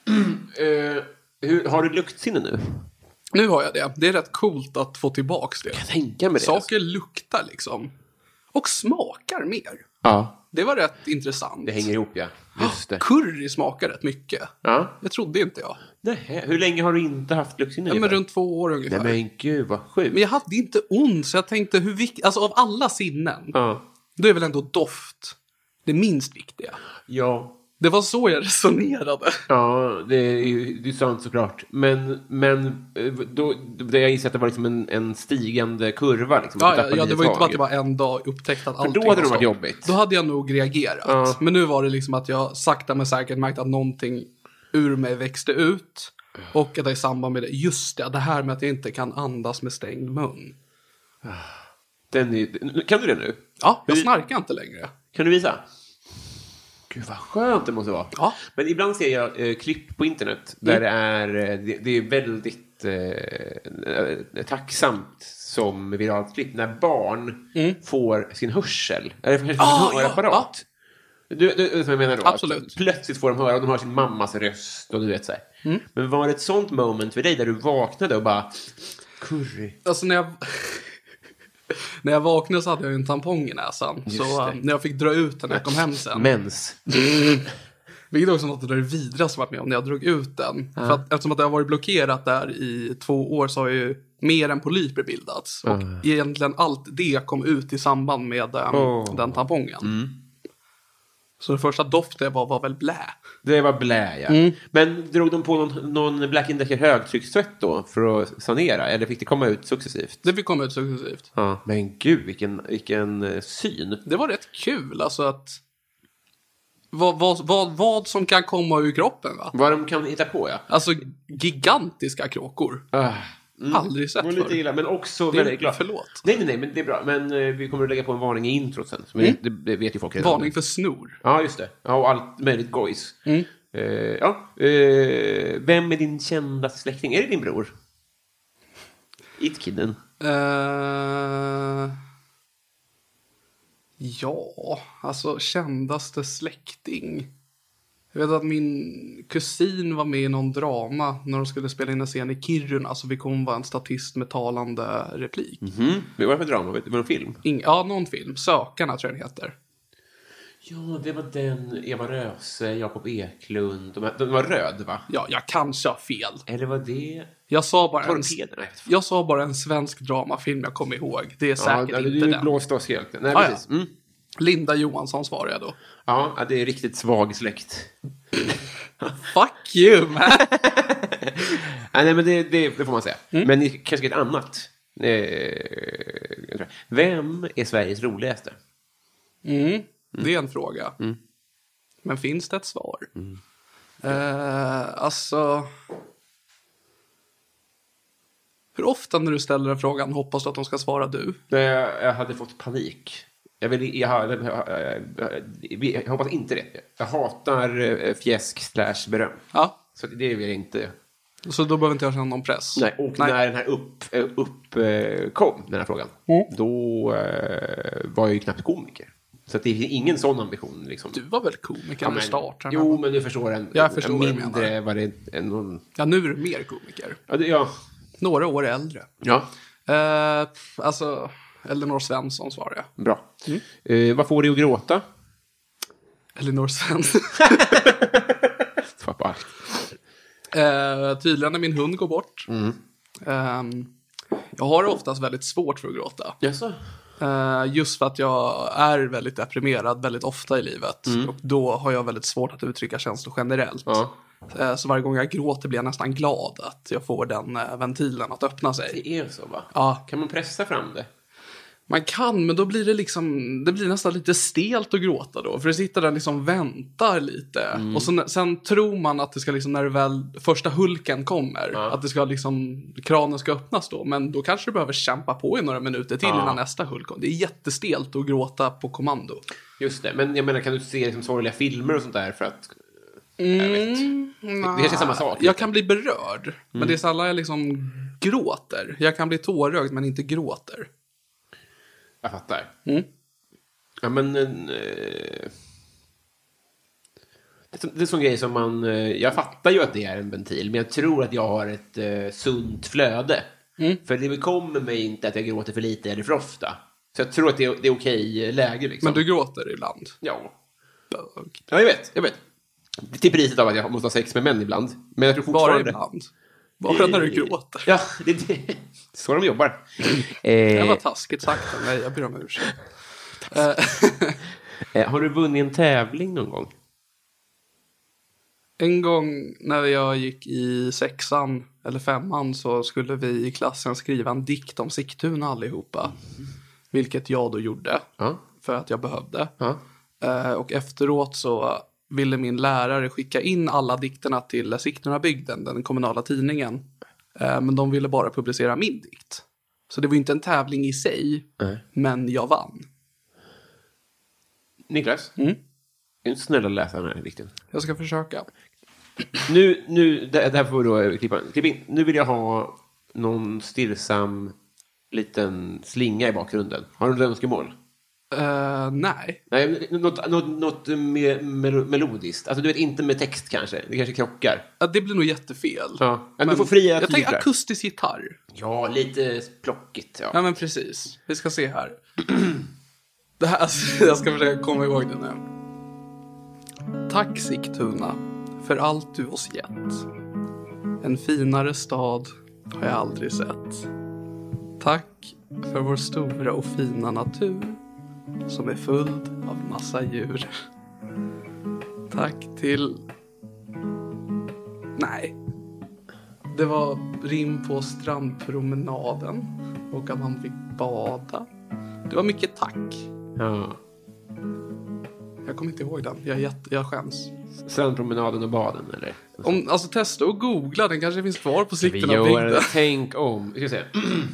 Har du luktsinne nu? Nu har jag det. Det är rätt coolt att få tillbaks det. Jag tänker med det. Saker luktar liksom. Och smakar mer. Ja. det var rätt intressant. Det hänger ihop, ja. Just det. Curry smakar rätt mycket. Ja. Det trodde inte jag. Nej, hur länge har du inte haft luktsinne? Ja, men runt 2 år ungefär. Nej, men gud, vad sjukt. Men jag hade inte ont, så jag tänkte hur viktigt... Alltså av alla sinnen, då är väl ändå doft det minst viktiga. Ja. Det var så jag resonerade. Ja, det är sant såklart. Men då, det jag gissar att det var liksom en stigande kurva. Liksom, ja, det var ju inte bara att det var en dag upptäckt att allting då hade det var varit jobbigt. Då hade jag nog reagerat. Ja. Men nu var det liksom att jag sakta men säkert märkte att någonting ur mig växte ut. Och att det i samband med det, just det här med att jag inte kan andas med stängd mun. Kan du det nu? Ja, jag snarkar inte längre. Kan du visa? Gud, vad skönt det måste vara. Ja. Men ibland ser jag klipp på internet där det är väldigt tacksamt som viralt klipp när barn får sin hörsel. Eller sin hörapparat. Du som jag menar då. Absolut. Plötsligt får de höra och de har sin mammas röst och du vet så här. Men var det ett sånt moment för dig där du vaknade och bara curry? Alltså när jag vaknade så hade jag ju en tampong i näsan. Just så när jag fick dra ut den när jag kom hem sen. Mens. Vilket också något av det vidrigaste varit med om när jag drog ut den. För att, eftersom att det har varit blockerat där i 2 år så har ju mer än polyper bildats. Och egentligen allt det kom ut i samband med den tampongen. Så det första doften var väl blä. Det var blä, ja. Men drog de på någon Black & Decker högtryckstvätt då för att sanera? Eller fick det komma ut successivt? Det fick komma ut successivt. Ja, men gud, vilken syn. Det var rätt kul, alltså att... Vad som kan komma ur kroppen, va? Vad de kan hitta på, ja. Alltså, gigantiska kråkor. Aldrig sett lite illa, men också väldigt glad. Förlåt. Nej, men det är bra. Men vi kommer att lägga på en varning i introt sen. Det vet ju folk redan. Varning för snor. Ja, just det. Ja, och allt möjligt gojs. Vem är din kändaste släkting? Är det din bror? It-kidden? Ja, alltså kändaste släkting. Jag vet att min kusin var med i någon drama när de skulle spela in en scen i Kiruna. Så vi kommer vara en statist med talande replik. Vad var det för drama? Var det någon film? Ja, någon film. Sökarna tror jag den heter. Ja, det var den Eva Röse, Jakob Eklund. De var röd, va? Ja, jag kanske har fel. Eller var det... Jag sa bara en svensk dramafilm jag kommer ihåg. Det är säkert inte den. Du blåste oss helt. Nej, precis. Linda Johansson svarar jag då. Ja, det är riktigt svag släkt. Fuck you, man! Nej, men det får man säga. Men ni kanske ett annat. Vem är Sveriges roligaste? Det är en fråga. Men finns det ett svar? Alltså... Hur ofta när du ställer den frågan hoppas du att de ska svara du? Jag hade fått panik. Jag hoppas inte det. Jag hatar fjäsk/beröm. Ja. Så det vill jag inte. Så då behöver inte jag känna någon press? Nej, och när den här kom, den här frågan, då var jag ju knappt komiker. Så det är ingen sån ambition. Liksom. Du var väl komiker när du startade? Jo, men du förstår jag förstår mindre var det än någon... Ja, nu är du mer komiker. Ja. Några år äldre. Ja. Alltså, Elinor Svensson svarar jag. Bra. Vad får dig att gråta? Elinor Svensson. Tydligen när min hund går bort. Jag har oftast väldigt svårt för att gråta. Jaså? Just för att jag är väldigt deprimerad väldigt ofta i livet. Och då har jag väldigt svårt att uttrycka känslor generellt. Så varje gång jag gråter blir jag nästan glad att jag får den ventilen att öppna sig. Det är så, va? Ja. Kan man pressa fram det? Man kan, men då blir det blir nästan lite stelt att gråta då. För det sitter där liksom väntar lite. Och sen tror man att det ska liksom, när det väl första hulken kommer, att det ska liksom, kranen ska öppnas då. Men då kanske du behöver kämpa på i några minuter till innan nästa hulk kommer. Det är jättestelt att gråta på kommando. Just det, men jag menar, kan du se liksom sorgliga filmer och sånt där för att... Jag vet. Det är samma sak. Jag kan bli berörd, men det är så alla jag liksom gråter. Jag kan bli tårögd men inte gråter. Jag fattar. Ja, men... det är en sån grej som man... jag fattar ju att det är en ventil, men jag tror att jag har ett sunt flöde. För det kommer mig inte att jag gråter för lite eller för ofta. Så jag tror att det är okej läge liksom. Men du gråter ibland? Ja. Ja, jag vet. Till priset av att jag måste ha sex med män ibland. Men jag tror fortfarande... Bara ibland? Bara när du gråter? Ja, det är så de jobbar. Det var taskigt sagt av mig, jag ber om ursäkt. Har du vunnit en tävling någon gång? En gång när jag gick i 6:an eller 5:an så skulle vi i klassen skriva en dikt om Sigtuna allihopa. Vilket jag då gjorde. För att jag behövde. Och efteråt så ville min lärare skicka in alla dikterna till Sigtunabygden, den kommunala tidningen. Men de ville bara publicera min dikt. Så det var inte en tävling i sig. Men jag vann. Niklas? Är du snäll att läsa den här dikten? Jag ska försöka. Nu det här får du då klippa in. Nu vill jag ha någon stillsam liten slinga i bakgrunden. Har du något önskemål? Nej. Nej, något melodiskt. Alltså du vet, inte med text kanske. Det kanske krockar. Ja, det blir nog jättefel. Ja. Men du får fria jag tänker akustisk gitarr. Ja, lite plockigt. Ja, men precis. Vi ska se här. Det här, alltså, jag ska försöka komma ihåg det nu. Tack Sigtuna för allt du oss gett. En finare stad har jag aldrig sett. Tack för vår stora och fina natur som är full av massa djur. Tack till... Nej. Det var rim på strandpromenaden och att man fick bada. Det var mycket tack. Ja. Jag kommer inte ihåg den. Jag skäms. Strandpromenaden och baden, eller? Alltså testa och googla. Den kanske finns kvar på Sigtuna bygden. Tänk om. Vi ska se.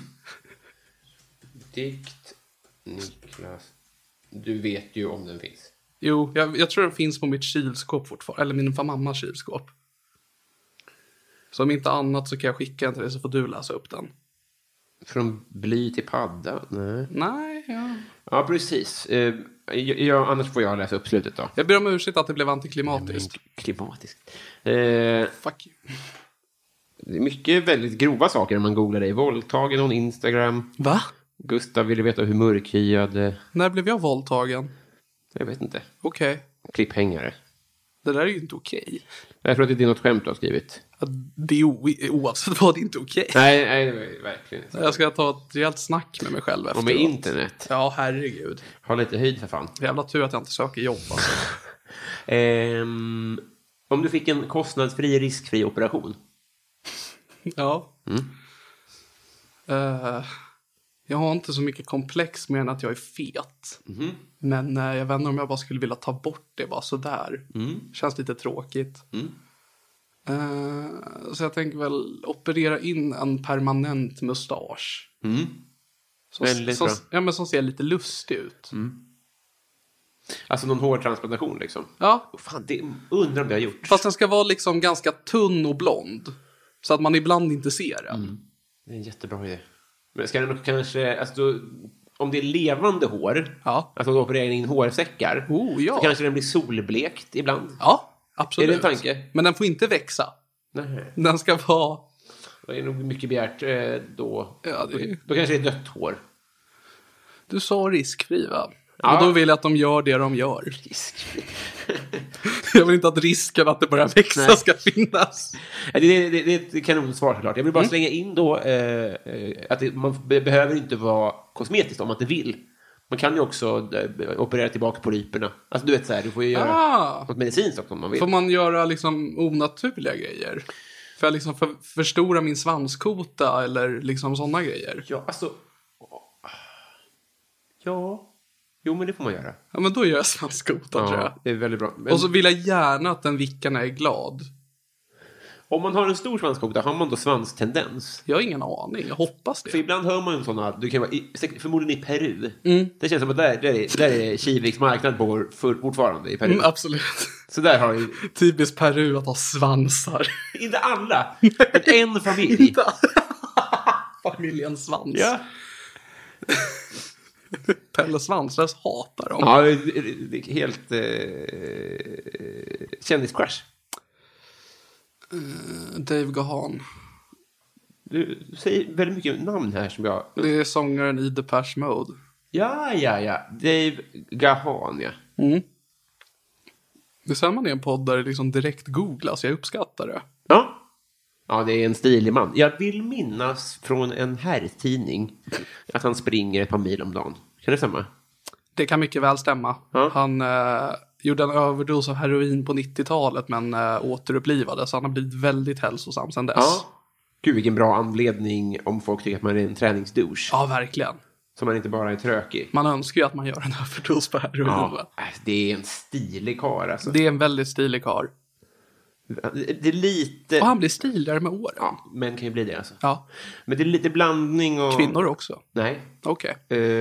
Dikt Niklas. Du vet ju om den finns. Jo, jag tror den finns på mitt kylskåp fortfarande. Eller min mammas kylskåp. Så om inte annat så kan jag skicka den till dig så får du läsa upp den. Från bly till padda? Nej, ja. Ja, precis. Annars får jag läsa upp slutet då. Jag ber om ursäkt att det blev antiklimatiskt. Klimatiskt. Fuck you. Det är mycket väldigt grova saker när man googlar dig. Våldtagen någon Instagram. Va? Gustav ville veta hur mörkhyad. När blev jag våldtagen? Jag vet inte. Okej. Klipphängare. Det där är ju inte okej. Jag tror att det är något skämt du har skrivit. Det är oavsett vad det är inte okej. Nej, det var verkligen inte. Jag ska ta ett rejält snack med mig själv efteråt. Och med internet. Ja, herregud. Ha lite höjd för fan. Jävla tur att jag inte söker jobb alltså. Om du fick en kostnadsfri, riskfri operation. Ja. Jag har inte så mycket komplex mer än att jag är fet. Men jag vet inte om jag bara skulle vilja ta bort det bara sådär. Känns lite tråkigt. Så jag tänker väl operera in en permanent mustasch. Som ser lite lustig ut. Alltså någon hårtransplantation liksom. Ja. Fan, det undrar om det har gjort. Fast den ska vara liksom ganska tunn och blond. Så att man ibland inte ser den. Det är en jättebra idé. Men ska den kanske, alltså, om det är levande hår, alltså du opererar in hårsäckar, så kanske den blir solblekt ibland. Ja, absolut. Är det en tanke? Men den får inte växa. Nej. Den ska vara... Det är nog mycket begärt då. Ja, då kanske det är dött hår. Du sa riskfri, va? Ja. Och då vill jag att de gör det de gör. Riskfri. Jag vill inte att risken att det börjar växa ska finnas. Det är ett kanonsvar såklart. Jag vill bara slänga in då att man behöver inte vara kosmetiskt om man inte vill. Man kan ju också operera tillbaka polyperna. Alltså du vet så här, du får ju göra något medicinskt också om man vill. Får man göra liksom onaturliga grejer? För att liksom förstora min svanskota eller liksom sådana grejer? Ja, alltså... Ja... Jo, men det får man göra. Ja, men då gör jag svanskotan, tror jag. Det är väldigt bra. Men... Och så vill jag gärna att den vickarna är glad. Om man har en stor svanskota, har man då svanstendens? Jag har ingen aning, jag hoppas det. För ibland hör man ju sådana, du kan vara förmodligen i Peru. Det känns som att där är Kiviks marknad på fortfarande i Peru. Absolut. Så där har ju... Typiskt Peru att ha svansar. Inte alla, men en familj. Inte familjen Svans. Ja. Pelle Svanslös hatar dem. Ja, det är helt kändiscrush. Dave Gahan. Du säger väldigt mycket namn här som jag... Det är sångaren i Depeche Mode. Ja. Dave Gahan, ja. Det är så man är en podd där det liksom direkt googlas. Jag uppskattar det. Ja, det är en stilig man. Jag vill minnas från en herrtidning att han springer ett par mil om dagen. Kan det stämma? Det kan mycket väl stämma. Ja. Han gjorde en överdos av heroin på 90-talet men återupplivade. Så han har blivit väldigt hälsosam sedan dess. Ja. Gud, vilken bra anledning om folk tycker att man är en träningsdouche. Ja, verkligen. Så man inte bara är trökig. Man önskar ju att man gör en överdos på heroin. Ja, det är en stilig karl alltså. Det är en väldigt stilig karl. Det är lite... Och han blir stiligare med åren. Ja, män kan ju bli det alltså. Ja. Men det är lite blandning och... Kvinnor också? Nej. Okej.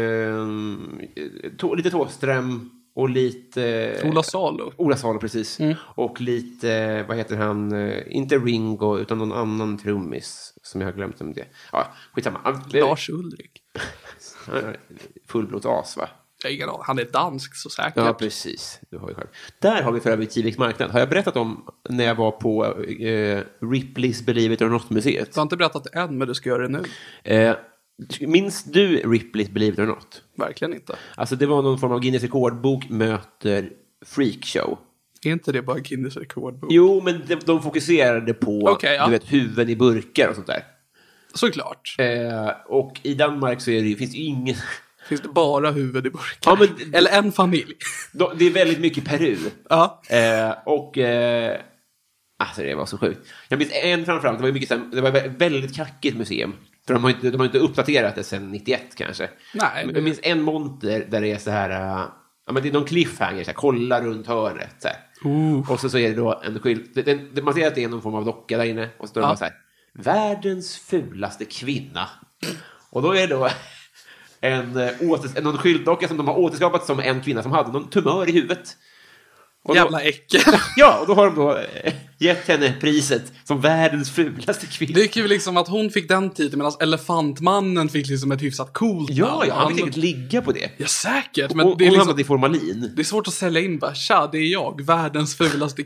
Lite Thåström och lite... Ola Salo, precis. Och lite, vad heter han? Inte Ringo, utan någon annan trummis som jag har glömt om det. Ja, skitsamma. Lars Ulrik. Fullblods va? Han är dansk så säkert. Ja, precis. Du har ju själv. Där har vi för övrigt Kiviks marknad. Har jag berättat om när jag var på Ripley's Believe It or Not-museet? Jag har inte berättat det än, men du ska göra det nu. Minns du Ripley's Believe It or Not? Verkligen inte. Alltså det var någon form av Guinness rekordbok möter freakshow. Är inte det bara Guinness rekordbok? Jo, men de fokuserade på du vet, huvuden i burkar och sånt där. Såklart. Och i Danmark så finns det ju ingen... Finns det bara huvud i burkar? Ja, men, eller en familj? Det är väldigt mycket Peru. Ja. Alltså det var så sjukt. Jag minns en framförallt, det var ett väldigt kackigt museum. För de har inte uppdaterat det sedan 91 kanske. Nej. Men jag minns en monter där det är så här... men det är någon cliffhanger, så här, kolla runt hörnet. Så här. Och så är det då en skylt. Man ser att det är någon form av docka där inne. Och så står det bara så här: världens fulaste kvinna. Och då är det då... någon skyltdocka som de har återskapat som en kvinna som hade någon tumör i huvudet. Och jävla äckel. Ja, och då har de då gett henne priset som världens fulaste kvinna. Det är kul liksom att hon fick den titeln medan Elefantmannen fick liksom ett hyfsat coolt namn. Ja, han fick säkert ligga på det. Ja, säkert. Men och det är liksom, i formalin. Det är svårt att sälja in bara, tja, det är jag, världens fulaste.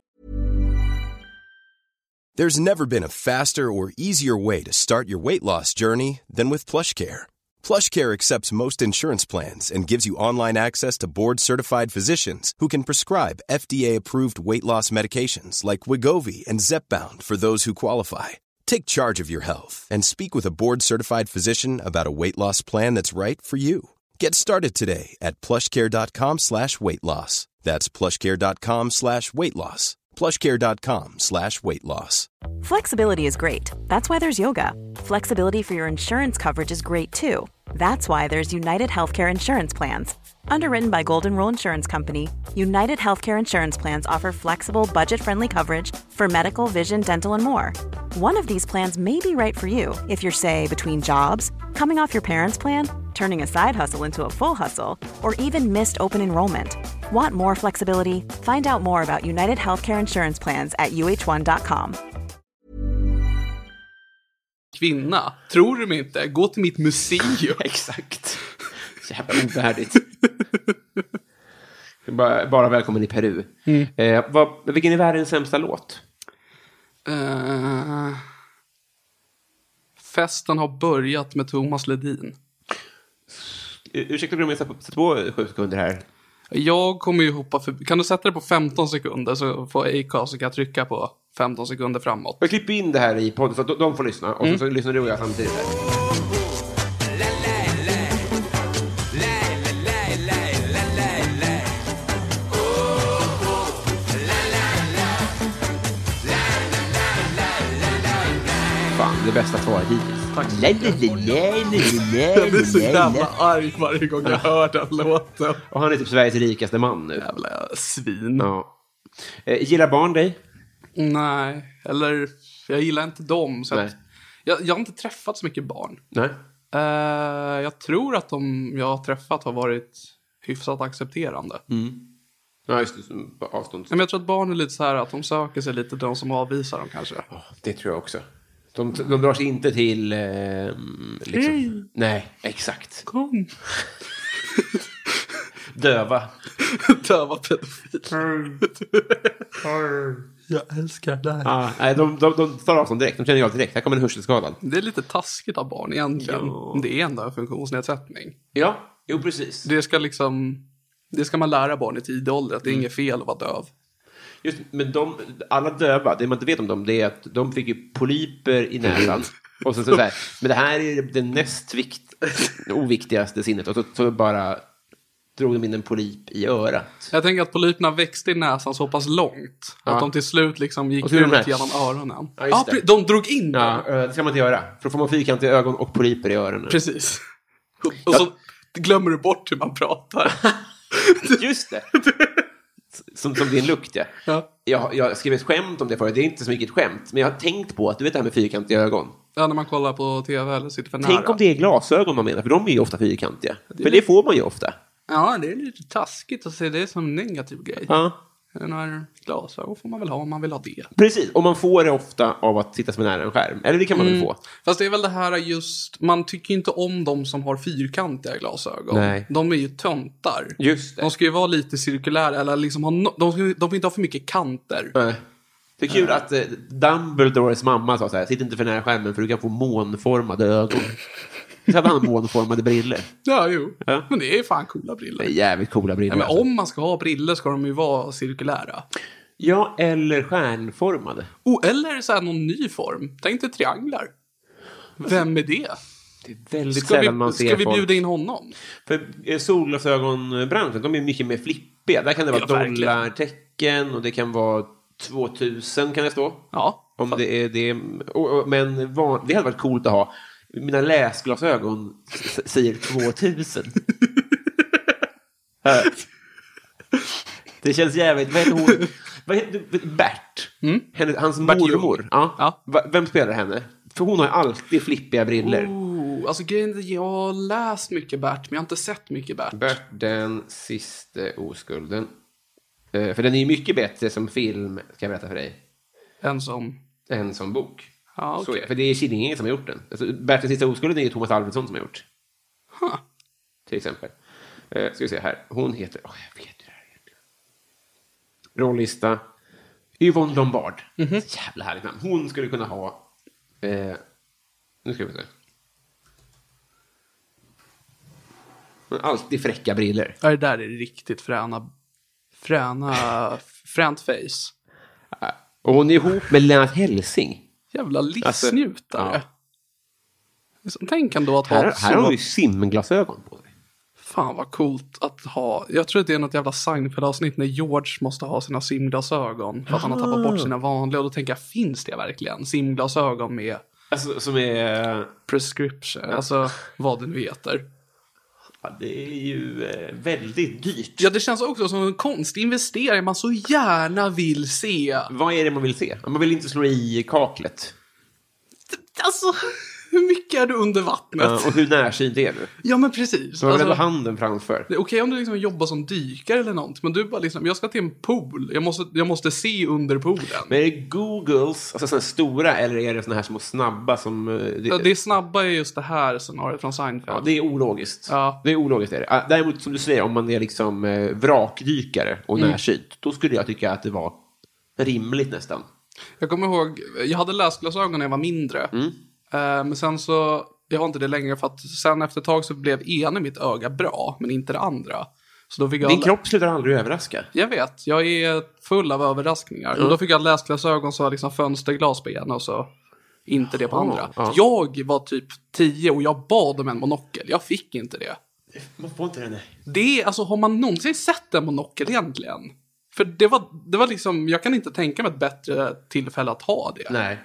There's never been a faster or easier way to start your weight loss journey than with PlushCare. PlushCare accepts most insurance plans and gives you online access to board-certified physicians who can prescribe FDA-approved weight loss medications like Wegovy and Zepbound for those who qualify. Take charge of your health and speak with a board-certified physician about a weight loss plan that's right for you. Get started today at plushcare.com/weightloss. That's plushcare.com/weightloss. plushcare.com/weightloss. Flexibility is great. That's why there's yoga. Flexibility for your insurance coverage is great too. That's why there's United Healthcare Insurance Plans. Underwritten by Golden Rule Insurance Company, United Healthcare Insurance Plans offer flexible, budget-friendly coverage for medical, vision, dental, and more. One of these plans may be right for you if you're, say, between jobs, coming off your parents' plan, turning a side hustle into a full hustle, or even missed open enrollment. Want more flexibility? Find out more about United Healthcare Insurance Plans at uh1.com. Kvinna, tror du mig inte? Gå till mitt museum. Exakt. Så jävla ovärdigt. bara välkommen i Peru. Vilken är världens sämsta låt? Festen har börjat med Thomas Ledin. Ursäkta om jag sätter på 7 sekunder här. Jag kommer ju hoppa för... Kan du sätta det på 15 sekunder så får Acast så kan jag trycka på 15 sekunder framåt. Jag klipper in det här i podden så att de får lyssna. Och så lyssnar du och jag samtidigt här. Fan, det bästa svaret hittills. Tack. Jag blir så jävla arg varje gång jag hör den låten. Och han är typ Sveriges rikaste man nu. Jävla svin. Ja. Gillar barn dig? Nej, eller jag gillar inte dem. Så att, jag har inte träffat så mycket barn. Nej. Jag tror att de jag har träffat har varit hyfsat accepterande. Ja, just det, på avstånd. Men jag tror att barn är lite så här att de söker sig lite de som avvisar dem kanske. Det tror jag också. De drar sig inte till... liksom. Hej. Nej, exakt. Kom. Döva pedofil. Jag älskar dig. Nej, de tar avstånd direkt. De känner jag direkt. Här kommer en hörselskadad. Det är lite taskigt av barn egentligen. Ja. Det är ändå en funktionsnedsättning. Ja, Jo, precis. Det ska man lära barn i tidig ålder, att det är inget fel att vara döv. Just, men alla döva, det man inte vet om dem, det är att de fick ju polyper i näsan. Och så här, men det här är det näst oviktigaste sinnet. Och så bara drog de in en polyp i örat. Jag tänker att polyperna växte i näsan så pass långt att de till slut liksom gick ut genom öronen. Ja, de drog in det. Ja, det ska man inte göra. För då får man fyrkantiga ögon och polyper i öronen. Precis. Och så glömmer du bort hur man pratar. Just det. Som din lukt, ja. Jag skrev ett skämt om det förut. Det är inte så mycket ett skämt. Men jag har tänkt på att du vet det här med fyrkantiga ögon. Ja, när man kollar på tv eller sitter för nära. Tänk om det är glasögon man menar. För de är ju ofta fyrkantiga. För det får man ju ofta. Ja, det är lite taskigt att se det som en negativ grej. Ja. När glasögon får man väl ha om man vill ha det. Precis, och man får det ofta av att sitta så nära en skärm. Eller det kan man väl få. Fast det är väl det här just, man tycker inte om de som har fyrkantiga glasögon. Nej. De är ju töntar. Just det. De ska ju vara lite cirkulära, eller liksom de får inte ha för mycket kanter. Nej. Det är kul att Dumbledores mamma sa så här: sitt inte för nära skärmen för du kan få månformade ögon. Så hade han månformade briller. Ja, jo. Ja. Men det är fan coola briller. Det är jävligt coola briller. Ja, men om man ska ha briller ska de ju vara cirkulära. Ja, eller stjärnformade. Eller så här någon ny form. Tänk dig trianglar. Vem är det? Det är väldigt sällan man ser Ska vi bjuda in honom? För solglasögonbranschen, de är mycket mer flippiga. Där kan det vara dollartecken och det kan vara 2000 kan det stå. Ja. Om det är det. Men det hade varit coolt att ha. Mina läsglasögon säger 2000. Det känns jävligt. Vad heter hon? Bert. Hans mormor. Ja. Vem spelar henne? För hon har alltid flippiga briller. Alltså grejen, jag har läst mycket Bert, men jag har inte sett mycket Bert. Bert, den sista oskulden. För den är ju mycket bättre som film, ska jag berätta för dig. Än som bok. Ja, okay. Så, för det är Killinge som har gjort den. Alltså, Bert, den sista oskulden är ju Thomas Alfredsson som har gjort. Till exempel. Ska vi se här. Hon heter... jag vet det här egentligen. Rollista. Yvonne Lombard. Jävla härligt namn. Hon skulle kunna ha... nu ska vi se. Hon har alltid fräcka briller. Ja, det där är riktigt fränt face. Och hon är ihop med Lennart Hellsing. Jävla livsnjutare. Alltså, tänk ändå att ha... Här har du simglasögon på dig. Fan vad coolt att ha... Jag tror att det är något jävla Seinfeld-avsnitt när George måste ha sina simglasögon för att han har tappat bort sina vanliga. Och då tänker jag, finns det verkligen simglasögon med... Alltså, som är... prescription, alltså vad det nu heter. Ja, det är ju väldigt dyrt. Ja, det känns också som en konstig investering man så gärna vill se. Vad är det man vill se? Man vill inte slå i kaklet. Alltså, hur mycket är du under vattnet? Och hur närsynt är du? Ja, men precis. Så man vill ha handen framför. Det är okej om du liksom jobbar som dykare eller något. Men du bara liksom, jag ska till en pool. Jag måste se under poolen. Men är det Googles, alltså sådana stora, eller är det sådana här små snabba som... det är snabba är just det här scenariot från Seinfeld. Ja, det är ologiskt. Ja. Det är ologiskt är det. Däremot, som du säger, om man är liksom vrakdykare och närsynt, då skulle jag tycka att det var rimligt nästan. Jag kommer ihåg, jag hade läsglasögon när jag var mindre. Men sen så, jag har inte det längre för att sen efter ett tag så blev ena mitt öga bra, men inte det andra. Så då fick jag Din kropp slutar aldrig överraska. Jag vet, jag är full av överraskningar. Och då fick jag läsglasögon så var liksom fönsterglas på ena och så inte det på andra. Jag var typ 10 och jag bad om en monokel. Jag fick inte det. Man får inte det, nej. Alltså, har man någonsin sett en monokel egentligen? För det var liksom, jag kan inte tänka mig ett bättre tillfälle att ha det. Nej.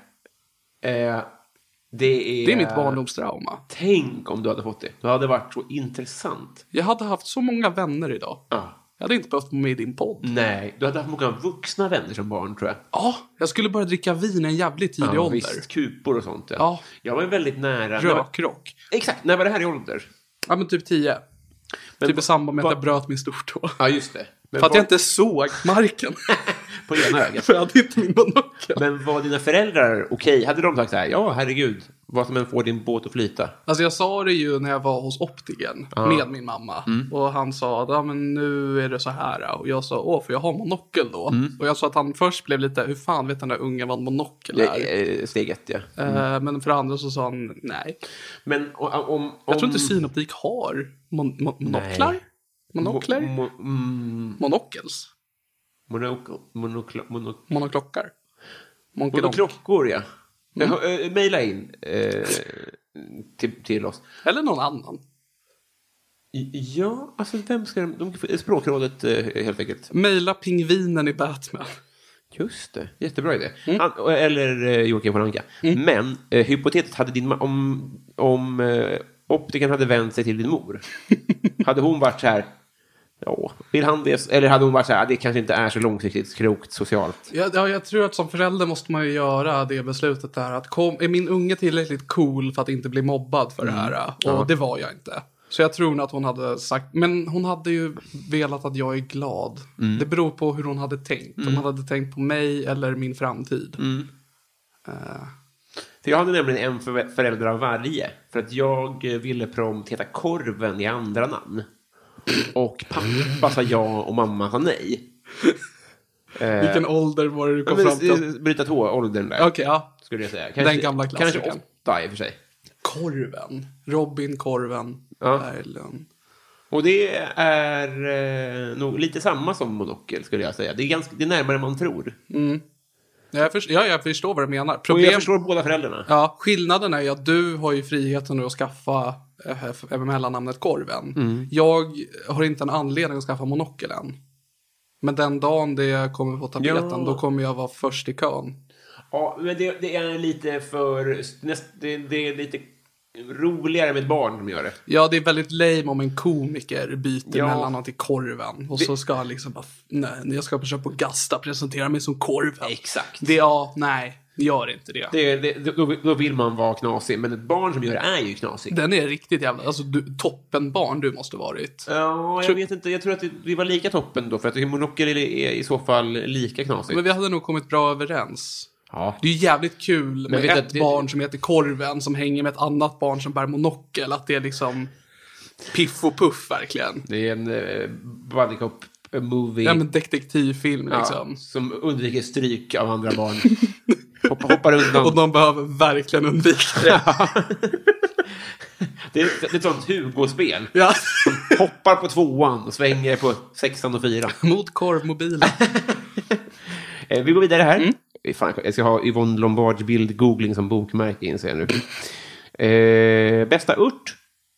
Det är mitt barndomstrauma. Tänk om du hade fått det. Det hade varit så intressant. Jag hade haft så många vänner idag. Jag hade inte behövt vara med i din podd. Nej, du hade haft många vuxna vänner som barn, tror jag. Ja, jag skulle börja dricka vin i en jävligt tidig ålder. Visst, kupor och sånt. Ja. Jag var väldigt nära. Rökrock. Exakt, när var det här i ålder? Ja, men typ 10. Men typ i samband med att jag bröt min stortå. Ja, just det. Men för att jag inte såg marken. på ena ögat. För jag hade inte min monokel. Men var dina föräldrar okej? Hade de sagt så här, ja herregud, vad som än får din båt att flyta? Alltså jag sa det ju när jag var hos optiken med min mamma. Och han sa, ja men nu är det så här. Och jag sa, får jag ha monokel då? Och jag sa att han först blev lite, hur fan vet den där ungen vad en monokel är? Steget, ja. Men för det andra så sa han, nej. Men om Jag tror inte synoptik har monoklar. Monokler? Monokels. Monoklockar. Monoklockor, ja. Maila in till oss. Eller någon annan. Ja, alltså vem ska språkrådet helt enkelt. Maila pingvinen i Batman. Just det, jättebra idé. Eller Joakim von Anka. Men hypotetiskt hade din om optiken hade vänt sig till din mor. Hade hon varit så här, ja, vill han det? Eller hade hon varit så här, det kanske inte är så långsiktigt klokt socialt. Ja, jag tror att som förälder måste man ju göra det beslutet där. Att är min unge tillräckligt cool för att inte bli mobbad för det här? Och det var jag inte. Så jag tror att hon hade sagt, men hon hade ju velat att jag är glad. Det beror på hur hon hade tänkt. Om hon hade tänkt på mig eller min framtid. För jag hade nämligen en förälder av varje. För att jag ville prompt heta Korven i andra namn. Och pappa sa ja och mamma sa nej. Vilken ålder var det du kom fram till? Bryta åldern där. Okej, ja. Skulle jag säga. Den gamla klassikern. Kanske 8 i och för sig. Korven. Robin Korven. Berglund. Och det är nog lite samma som monokel skulle jag säga. Det är närmare än man tror. Jag förstår vad du menar. Och jag förstår båda föräldrarna. Ja, skillnaden är ju att du har ju friheten att skaffa mellannamnet Korven. Jag har inte en anledning att skaffa monokel än. Men den dagen det kommer på tapeten, då kommer jag vara först i kön. Ja, men det är lite för... Det är lite roligare med ett barn som gör det. Ja, det är väldigt lame om en komiker byter mellan något till Korven. Och så ska han liksom bara, nej, jag ska försöka på Gasta presentera mig som Korven. Exakt. Nej, gör inte det. Då vill man vara knasig. Men ett barn som gör det är ju knasig. Den är riktigt jävla... Alltså, toppenbarn du måste varit. Ja, jag vet inte. Jag tror att vi var lika toppen då. För att monokel är i så fall lika knasig. Men vi hade nog kommit bra överens. Ja. Det är ju jävligt kul med ett barn som heter Korven som hänger med ett annat barn som bär monokel. Att det är liksom piff och puff verkligen. Det är en buddy cop movie. Ja, men detektivfilm liksom. Som undviker stryk av andra barn. Hoppar undan. Och de behöver verkligen undvika det. Det är ett sånt Hugo-spel. Ja. Hoppar på 2:an och svänger på 6:an och 4:an. Mot korvmobilen. Vi går vidare här. Fan, jag ska ha Yvonne Lombards bild-googling som bokmärke inser jag nu. Bästa urt?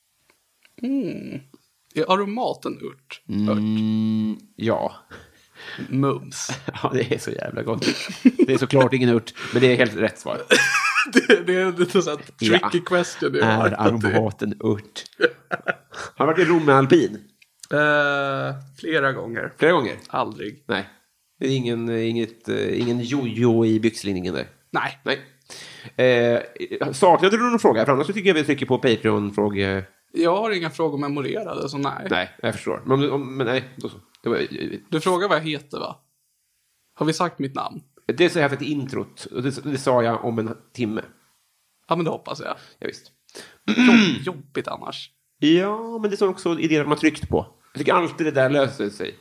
Är aromaten urt? Ja. Mums. Ja, det är så jävla gott. Det är såklart ingen urt, men det är helt rätt svar. det är lite så att tricky question. Är aromaten urt? Har du varit i Rom med alpin? Flera gånger. Flera gånger? Aldrig. Nej. Det är ingen jojo i byxlinningen där. Nej. Saknade du någon fråga? För annars så tycker jag vi trycker på Patreon-frågor. Jag har inga frågor memorerade, så nej. Nej, jag förstår. Men nej, då så. Du frågar vad jag heter, va? Har vi sagt mitt namn? Det sa jag för ett introt. Och det sa jag om en timme. Ja, men det hoppas jag. Ja, visst. Jobbigt annars. Ja, men det står också i det de har tryckt på. Jag tycker alltid det där löser sig.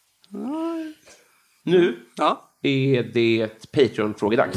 Nu är det Patreon-frågedags.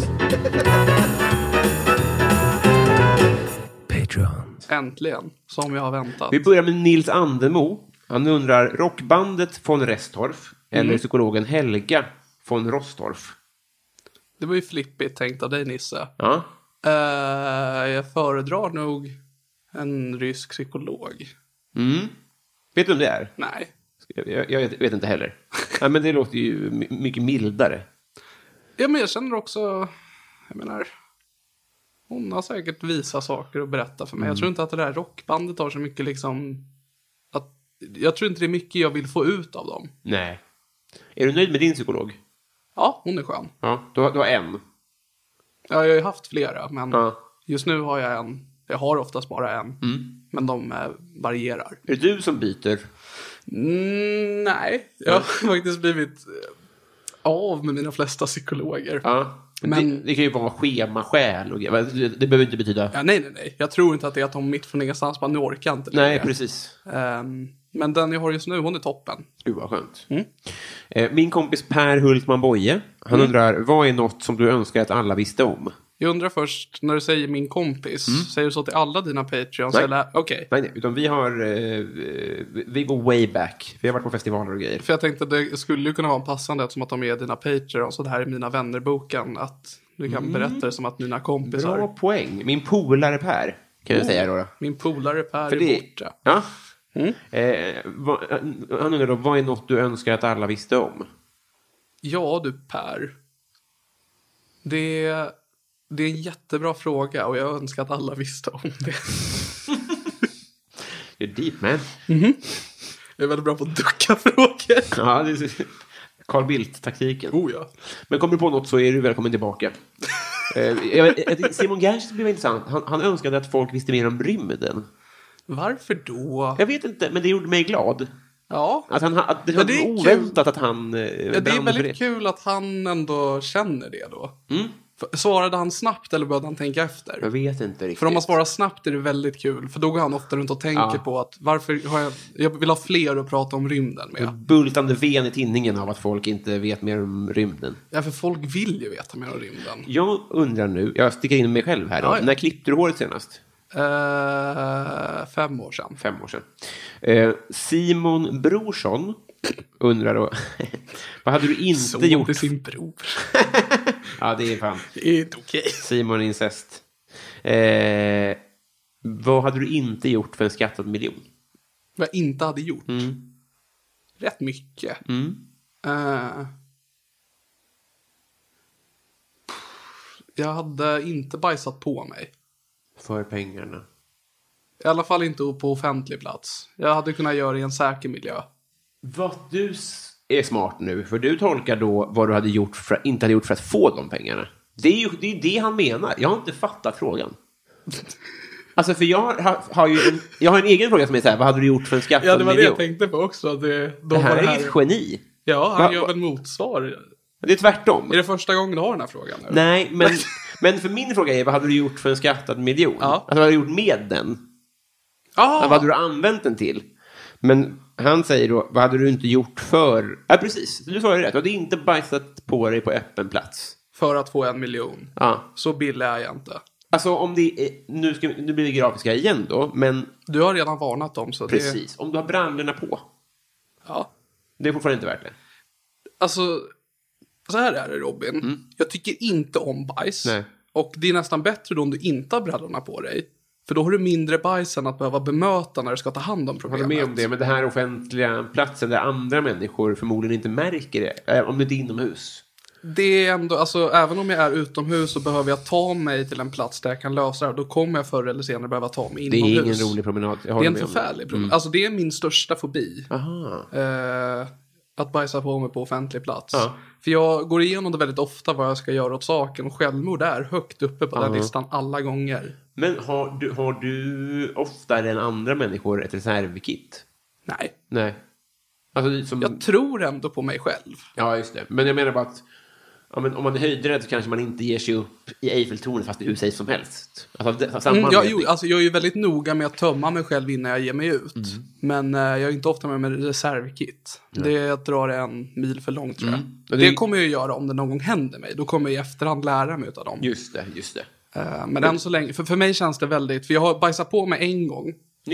Patreon. Äntligen, som jag har väntat. Vi börjar med Nils Andemo. Han undrar, rockbandet von Restorff eller psykologen Helga von Rostorff? Det var ju flippigt tänkt av dig, Nisse. Ja. Jag föredrar nog en rysk psykolog. Vet du vem det är? Nej. Jag vet inte heller. Nej, men det låter ju mycket mildare. Ja, men jag känner också... Jag menar... Hon har säkert visat saker och berätta för mig. Jag tror inte att det där rockbandet har så mycket liksom... Jag tror inte det är mycket jag vill få ut av dem. Nej. Är du nöjd med din psykolog? Ja, hon är skön. Ja, du har en. Ja, jag har ju haft flera, men just nu har jag en. Jag har oftast bara en. Men de varierar. Är det du som byter? Nej, jag har faktiskt blivit av med mina flesta psykologer. Ja. Men det kan ju vara schemaskäl och det behöver inte betyda... Ja, nej. Jag tror inte att det är att de mitt från ingenstans bara nu orkar inte längre. Nej, precis. Men den jag har just nu, hon är toppen. Vad skönt. Min kompis Per Hultman Boye, han undrar, vad är något som du önskar att alla visste om? Jag undrar först, när du säger min kompis, säger du så till alla dina Patreons? Nej. Eller? Okej. Nej, utan vi går way back. Vi har varit på festivaler och grejer. För jag tänkte det skulle ju kunna vara en passande eftersom att de är dina Patreons. Så det här är mina vännerboken. Att du kan berätta det som att mina kompisar. Bra poäng. Min polare Per, kan jag säga då. Min polare Per För är borta. Ja. Han undrar då, vad är något du önskar att alla visste om? Ja du Per. Det är en jättebra fråga och jag önskar att alla visste om det. Det är deep, man. Jag är väldigt bra på att ducka frågor. Ja, det är Carl Bildt-taktiken. Ja. Men kommer du på något så är du välkommen tillbaka. Simon Gernst blev intressant. Han önskade att folk visste mer om rymden. Varför då? Jag vet inte, men det gjorde mig glad. Ja. Att det var oväntat kul. Att han det är väldigt kul att han ändå känner det då. Svarade han snabbt eller började han tänka efter? Jag vet inte riktigt. För om man svarar snabbt är det väldigt kul. För då går han ofta runt och tänker på att varför har jag vill ha fler att prata om rymden med. Bultande ven i tinningen av att folk inte vet mer om rymden. Ja, för folk vill ju veta mer om rymden. Jag undrar nu, jag sticker in mig själv här då. Ja. När klippte du håret senast? 5 år sedan. 5 år sedan. Simon Brorsson undrar då, vad hade du inte gjort? Till sin bror. Ja, det är fan. Det är inte okej. Simon incest. Vad hade du inte gjort för en skattad miljon? Vad jag inte hade gjort? Rätt mycket. Jag hade inte bajsat på mig. För pengarna. I alla fall inte på offentlig plats. Jag hade kunnat göra det i en säker miljö. Vad du är smart nu, för du tolkar då vad du hade gjort inte hade gjort för att få de pengarna. Det är ju det han menar. Jag har inte fattat frågan. Alltså, för jag har en egen fråga som är så här, vad hade du gjort för en skattad miljon? Ja, det var det jag tänkte på också. Det här är ett geni. Ja, han gör väl motsvar. Det är tvärtom. Är det första gången du har den här frågan? Eller? Nej, men för min fråga är, vad hade du gjort för en skattad miljon? Ja. Alltså, vad hade du gjort med den? Vad hade du använt den till? Men han säger då, vad hade du inte gjort för... Ja, precis. Du sa det rätt. Du hade inte bajsat på dig på öppen plats. För att få 1 miljon. Ja. Så billig är jag inte. Alltså, om det är... Nu blir det grafiska igen då, men... Du har redan varnat dem, så precis. Om du har brallorna på. Ja. Det är fortfarande inte värt det. Alltså, så här är det, Robin. Jag tycker inte om bajs. Nej. Och det är nästan bättre då om du inte har brallorna på dig. För då har du mindre bajs än att behöva bemöta när du ska ta hand om problemet. Jag håller med om det, men det här offentliga platsen där andra människor förmodligen inte märker det. Om det är inomhus. Det är ändå, alltså även om jag är utomhus så behöver jag ta mig till en plats där jag kan lösa det. Då kommer jag förr eller senare behöva ta mig inomhus. Det är ingen rolig promenad. Det är en förfärlig promenad. Alltså det är min största fobi. Att bajsa på mig på offentlig plats. För jag går igenom det väldigt ofta vad jag ska göra åt saken. Och självmord är högt uppe på den listan alla gånger. Men har du oftare än andra människor ett reservkit? Nej. Alltså, jag tror ändå på mig själv. Ja, just det. Men jag menar bara att om man är höjdrädd så kanske man inte ger sig upp i Eiffeltornet fast det är hur safe som helst. Alltså, jag är ju väldigt noga med att tömma mig själv innan jag ger mig ut. Men jag är inte ofta med reservkit. Det drar 1 mil för långt, tror jag. Det kommer jag ju göra om det någon gång händer mig. Då kommer jag i efterhand lära mig av dem. Just det. Men än så länge, för mig känns det väldigt... För jag har bajsat på mig en gång.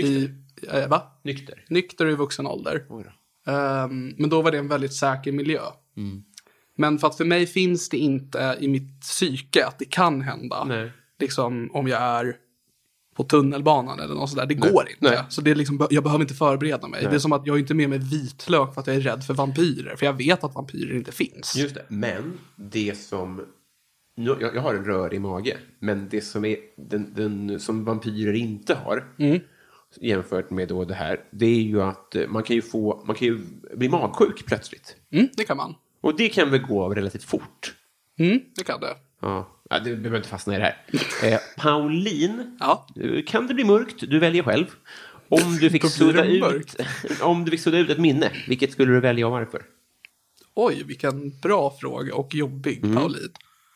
Nykter i vuxen ålder. Men då var det en väldigt säker miljö. Men för att för mig finns det inte i mitt psyke att det kan hända. Nej. Liksom om jag är på tunnelbanan eller något sådär. Det går inte. Nej. Så det är liksom, jag behöver inte förbereda mig. Nej. Det är som att jag inte är med mig vitlök för att jag är rädd för vampyrer. För jag vet att vampyrer inte finns. Just det. Men det som... Jag har en rör i mage. Men det som är den som vampyrer inte har... jämfört med då det här, det är ju att man kan ju bli magsjuk plötsligt. Det kan man. Och det kan väl gå relativt fort. Det kan det. Ja, det behöver inte fastna i det här. Pauline, kan det bli mörkt? Du väljer själv. Om du fick sudda ut ett minne, vilket skulle du välja och varför? Oj, vilken bra fråga och jobbig, Paulin.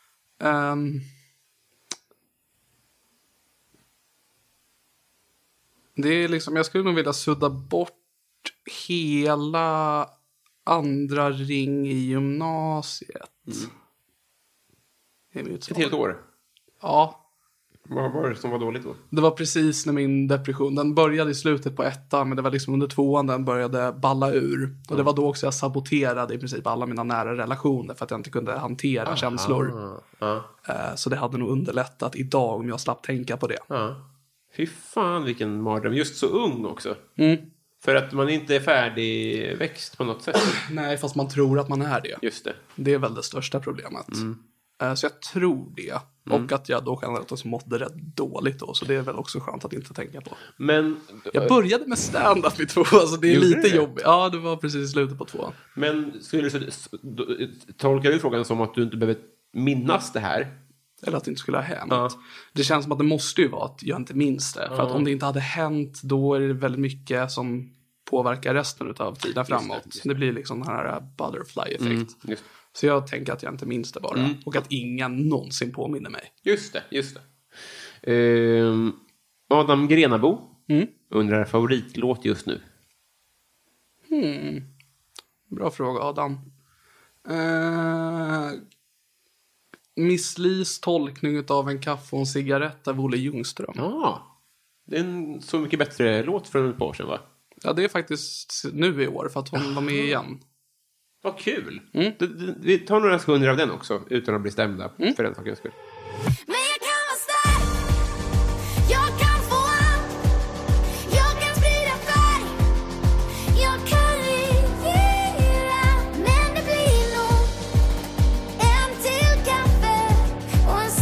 Det är liksom, jag skulle nog vilja sudda bort hela andra ring i gymnasiet. Det är mitt svar. Ett helt år? Ja. Vad var det som var dåligt då? Det var precis när min depression, den började i slutet på 1:an, men det var liksom under 2:an den började balla ur. Och det var då också jag saboterade i princip alla mina nära relationer för att jag inte kunde hantera känslor. Så det hade nog underlättat idag om jag slapp tänka på det. Fy fan vilken mardröm. Just så ung också. För att man inte är färdigväxt på något sätt. Nej, fast man tror att man är det. Just det. Det är väl det största problemet. Så jag tror det. Och att jag då generellt också mådde rätt dåligt då. Så det är väl också skönt att inte tänka på. Men jag började med stand-up i 2:an, så det är lite jobbigt. Ja, det var precis i slutet på 2:an. Men tolkar du frågan som att du inte behöver minnas det här? Eller att det inte skulle ha hänt. Det känns som att det måste ju vara att jag inte minns det. För att om det inte hade hänt, då är det väldigt mycket som påverkar resten av tiden framåt. Det blir liksom den här butterfly-effekt. Så jag tänker att jag inte minns det bara. Och att ingen någonsin påminner mig. Just det. Adam Grenabo undrar favoritlåt just nu. Bra fråga, Adam. Miss Lis tolkning av En kaffe och en cigarett av Olle Ljungström. Det är en så mycket bättre låt från ett par år sedan, va? Ja, det är faktiskt nu i år för att hon var med igen. Vad kul. Vi tar några sekunder av den också utan att bli stämda för den sakens skull. Men jag kan vara stark. Jag kan få allt. Jag kan sprida färg. Jag kan regera. Men det blir nog en till kaffe och en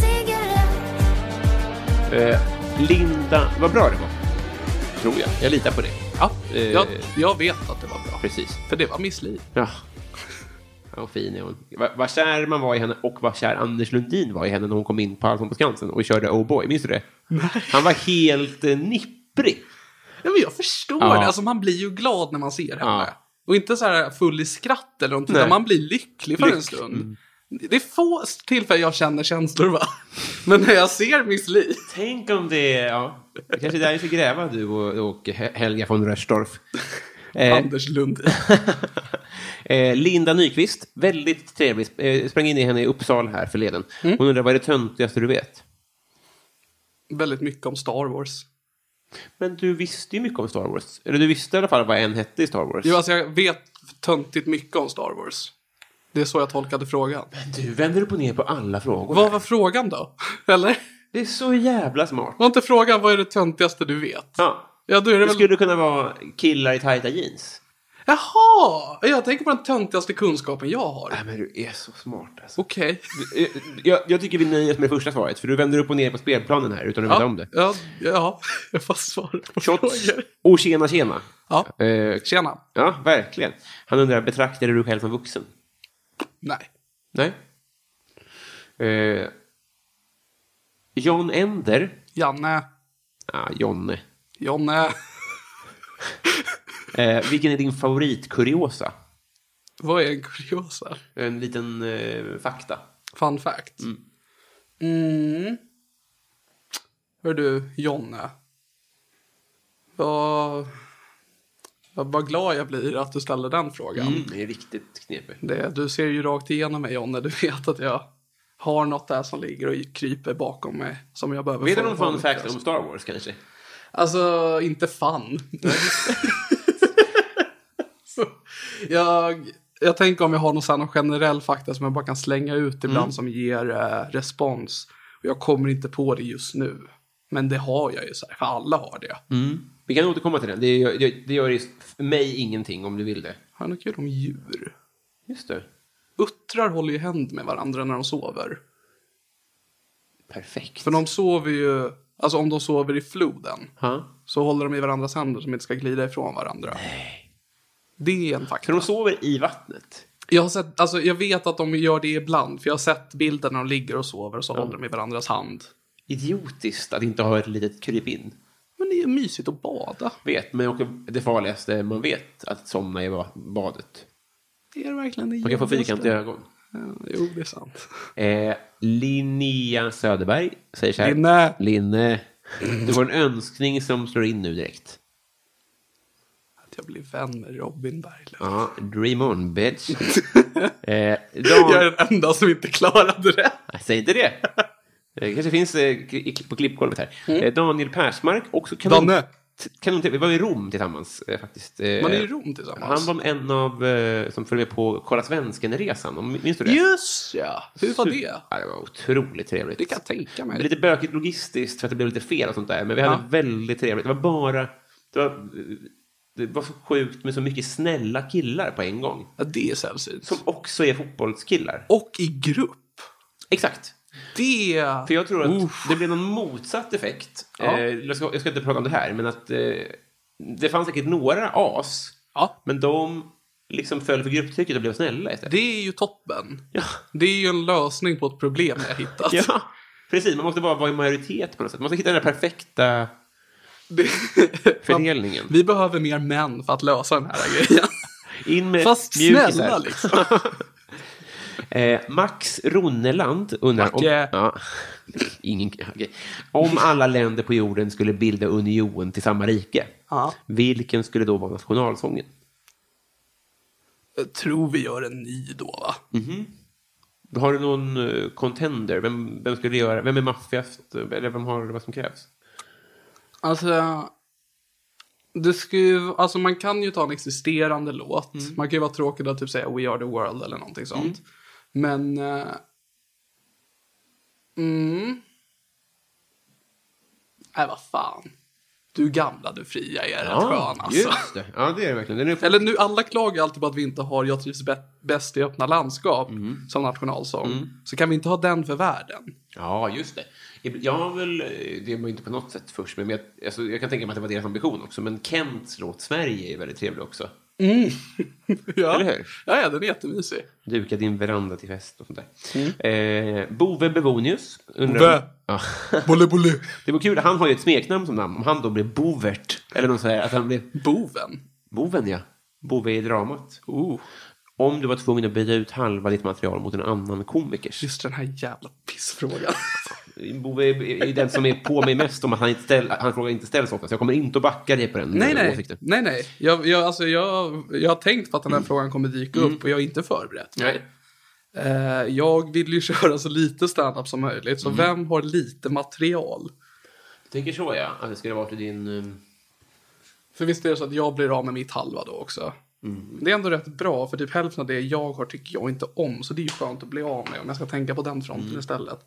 cigarett. Linda, vad bra det var. Tror jag. Jag litar på det. Ja, jag vet att det var bra. Precis. För det var Miss Li. Ja. Vad fin är hon. Vad kär man var i henne och vad kär Anders Lundin var i henne när hon kom in på Allsång på Skansen och körde Oh Boy. Minns du det? Nej. Han var helt nipprig. Ja, men jag förstår det. Alltså, man blir ju glad när man ser henne. Och inte så här full i skratt eller någonting. Utan man blir lycklig för en stund. Det är få tillfällen jag känner känslor, va? Men när jag ser Miss Li. Tänk om det, kanske där är för gräva du och Helga von Rörstorff. Anders Lund. Linda Nyqvist, väldigt trevlig. Sprang in i henne i Uppsala här förleden. Hon undrar, vad är det töntigaste du vet? Väldigt mycket om Star Wars. Men du visste ju mycket om Star Wars. Eller du visste i alla fall vad en hette i Star Wars. Jo, alltså jag vet töntigt mycket om Star Wars. Det är så jag tolkade frågan. Men du vänder upp och ner på alla frågor. Vad var frågan då? Eller? Det är så jävla smart. Var inte frågan, vad är det töntigaste du vet? Ja, då är det det väl... skulle kunna vara killar i tajta jeans. Jaha! Jag tänker på den töntigaste kunskapen jag har. Nej, men du är så smart alltså. Okej. Jag tycker vi nöjer oss med det första svaret. För du vänder upp och ner på spelplanen här utan att veta om det. Ja, jag får svara på Shots. frågor. Och tjena. Ja, tjena. Ja, verkligen. Han undrar, betraktar du själv som vuxen? Nej. John Ender. Janne. Jonne. Vilken är din favoritkuriosa? Vad är en kuriosa? En liten fakta. Fun fact. Hör du, Jonne. Vad glad jag blir att du ställer den frågan. Det är riktigt knepigt. Du ser ju rakt igenom mig, Jonne. Du vet att jag har något där som ligger och kryper bakom mig. Som jag behöver. Vet du någon fun fact om Star Wars kanske? Alltså, inte fun. Jag tänker om jag har någon generell fakta som jag bara kan slänga ut ibland som ger respons. Och jag kommer inte på det just nu. Men det har jag ju så här, för alla har det. Vi kan återkomma till den. Det gör för mig ingenting om du vill det. Har något kul om djur? Just det. Uttrar håller ju händ med varandra när de sover. Perfekt. För de sover ju, alltså om de sover i floden så håller de i varandras händer som inte ska glida ifrån varandra. Nej. Det är en fakta. För de sover i vattnet? Jag vet att de gör det ibland. För jag har sett bilder när de ligger och sover och så håller de i varandras hand. Idiotiskt att inte ha ett litet kryp in. Men det är mysigt att bada. Men det farligaste man vet att somna i badet. Är det verkligen det? Man kan få fyrkantiga ögon. Ja, jo, det är sant. Linnea Söderberg säger så här. Linne. Du får en önskning som slår in nu direkt. Att jag blir vän med Robin Berglund. Ja, dream on, bitch. Jag är den enda som inte klarade det. Säg inte det. Det kanske finns på klippgolvet här. Daniel Persmark, också kanon. Vi var i Rom tillsammans faktiskt. Man är i Rom tillsammans. Han var en av som följde med på Kolla Svensken-resan. Minns du det? Just ja. Hur var det? Ja, det var otroligt trevligt. Det kan jag tänka mig. Lite bökigt logistiskt för att det blev lite fel och sånt där. Men vi hade väldigt trevligt. Det var så sjukt med så mycket snälla killar på en gång. Ja, det är sällsynt. Som också är fotbollskillar. Och i grupp. Exakt. För jag tror att det blev någon motsatt effekt. Ja. Jag ska inte prata om det här, men att det fanns säkert några as. Ja. Men de liksom föll för grupptrycket och blev snälla istället. Det är ju toppen. Ja. Det är ju en lösning på ett problem jag hittat. Ja, precis. Man måste bara vara i majoritet på något sätt. Man måste hitta den där perfekta fördelningen. Vi behöver mer män för att lösa den här grejen. In med fast mjukisar. snälla liksom. Max Ronneland undrar om alla länder på jorden skulle bilda union till samma rike. Vilken skulle då vara nationalsången? Jag tror vi gör en ny då, va? Har du någon contender? Vem skulle göra? Vem är maffigast? Eller vem har vad som krävs? Alltså, man kan ju ta en existerande låt. Man kan ju vara tråkig och typ säga We Are The World eller någonting sånt. Men vad fan. Du gamla, du fria är rätt skön alltså. Just det. Ja, det är det verkligen. Eller nu, alla klagar alltid på att vi inte har Jag trivs bäst i öppna landskap som nationalsång. Så kan vi inte ha den för världen? Ja, just det. Jag väl, det var inte på något sätt först, men jag kan tänka mig att det var deras ambition också. Men Kents låt Sverige är väldigt trevlig också. Ja. Eller hur? Ja, den är jättemysig. Duka din veranda till fest och sånt där. Bove Bevonius. Bolle. Det var kul, han har ju ett smeknamn som namn. Om han då blev Bovert. Eller någon säger att han blev... Boven, ja. Bove i dramat. Om du var tvungen att byta ut halva ditt material mot en annan komikers. Just den här jävla pissfrågan. Bove är den som är på mig mest om att han frågar inte ställs ofta. Så jag kommer inte att backa dig på den åsikten. Nej. Jag har tänkt på att den här frågan kommer dyka upp och jag är inte förberett. Nej. Jag vill ju köra så lite stand-up som möjligt. Så vem har lite material? Jag tänker så, ja. Att det skulle vara till din... För visst är det så att jag blir av med mitt halva då också. Det är ändå rätt bra. För typ hälften av det jag har tycker jag inte om. Så det är ju skönt att bli av med om jag ska tänka på den fronten istället.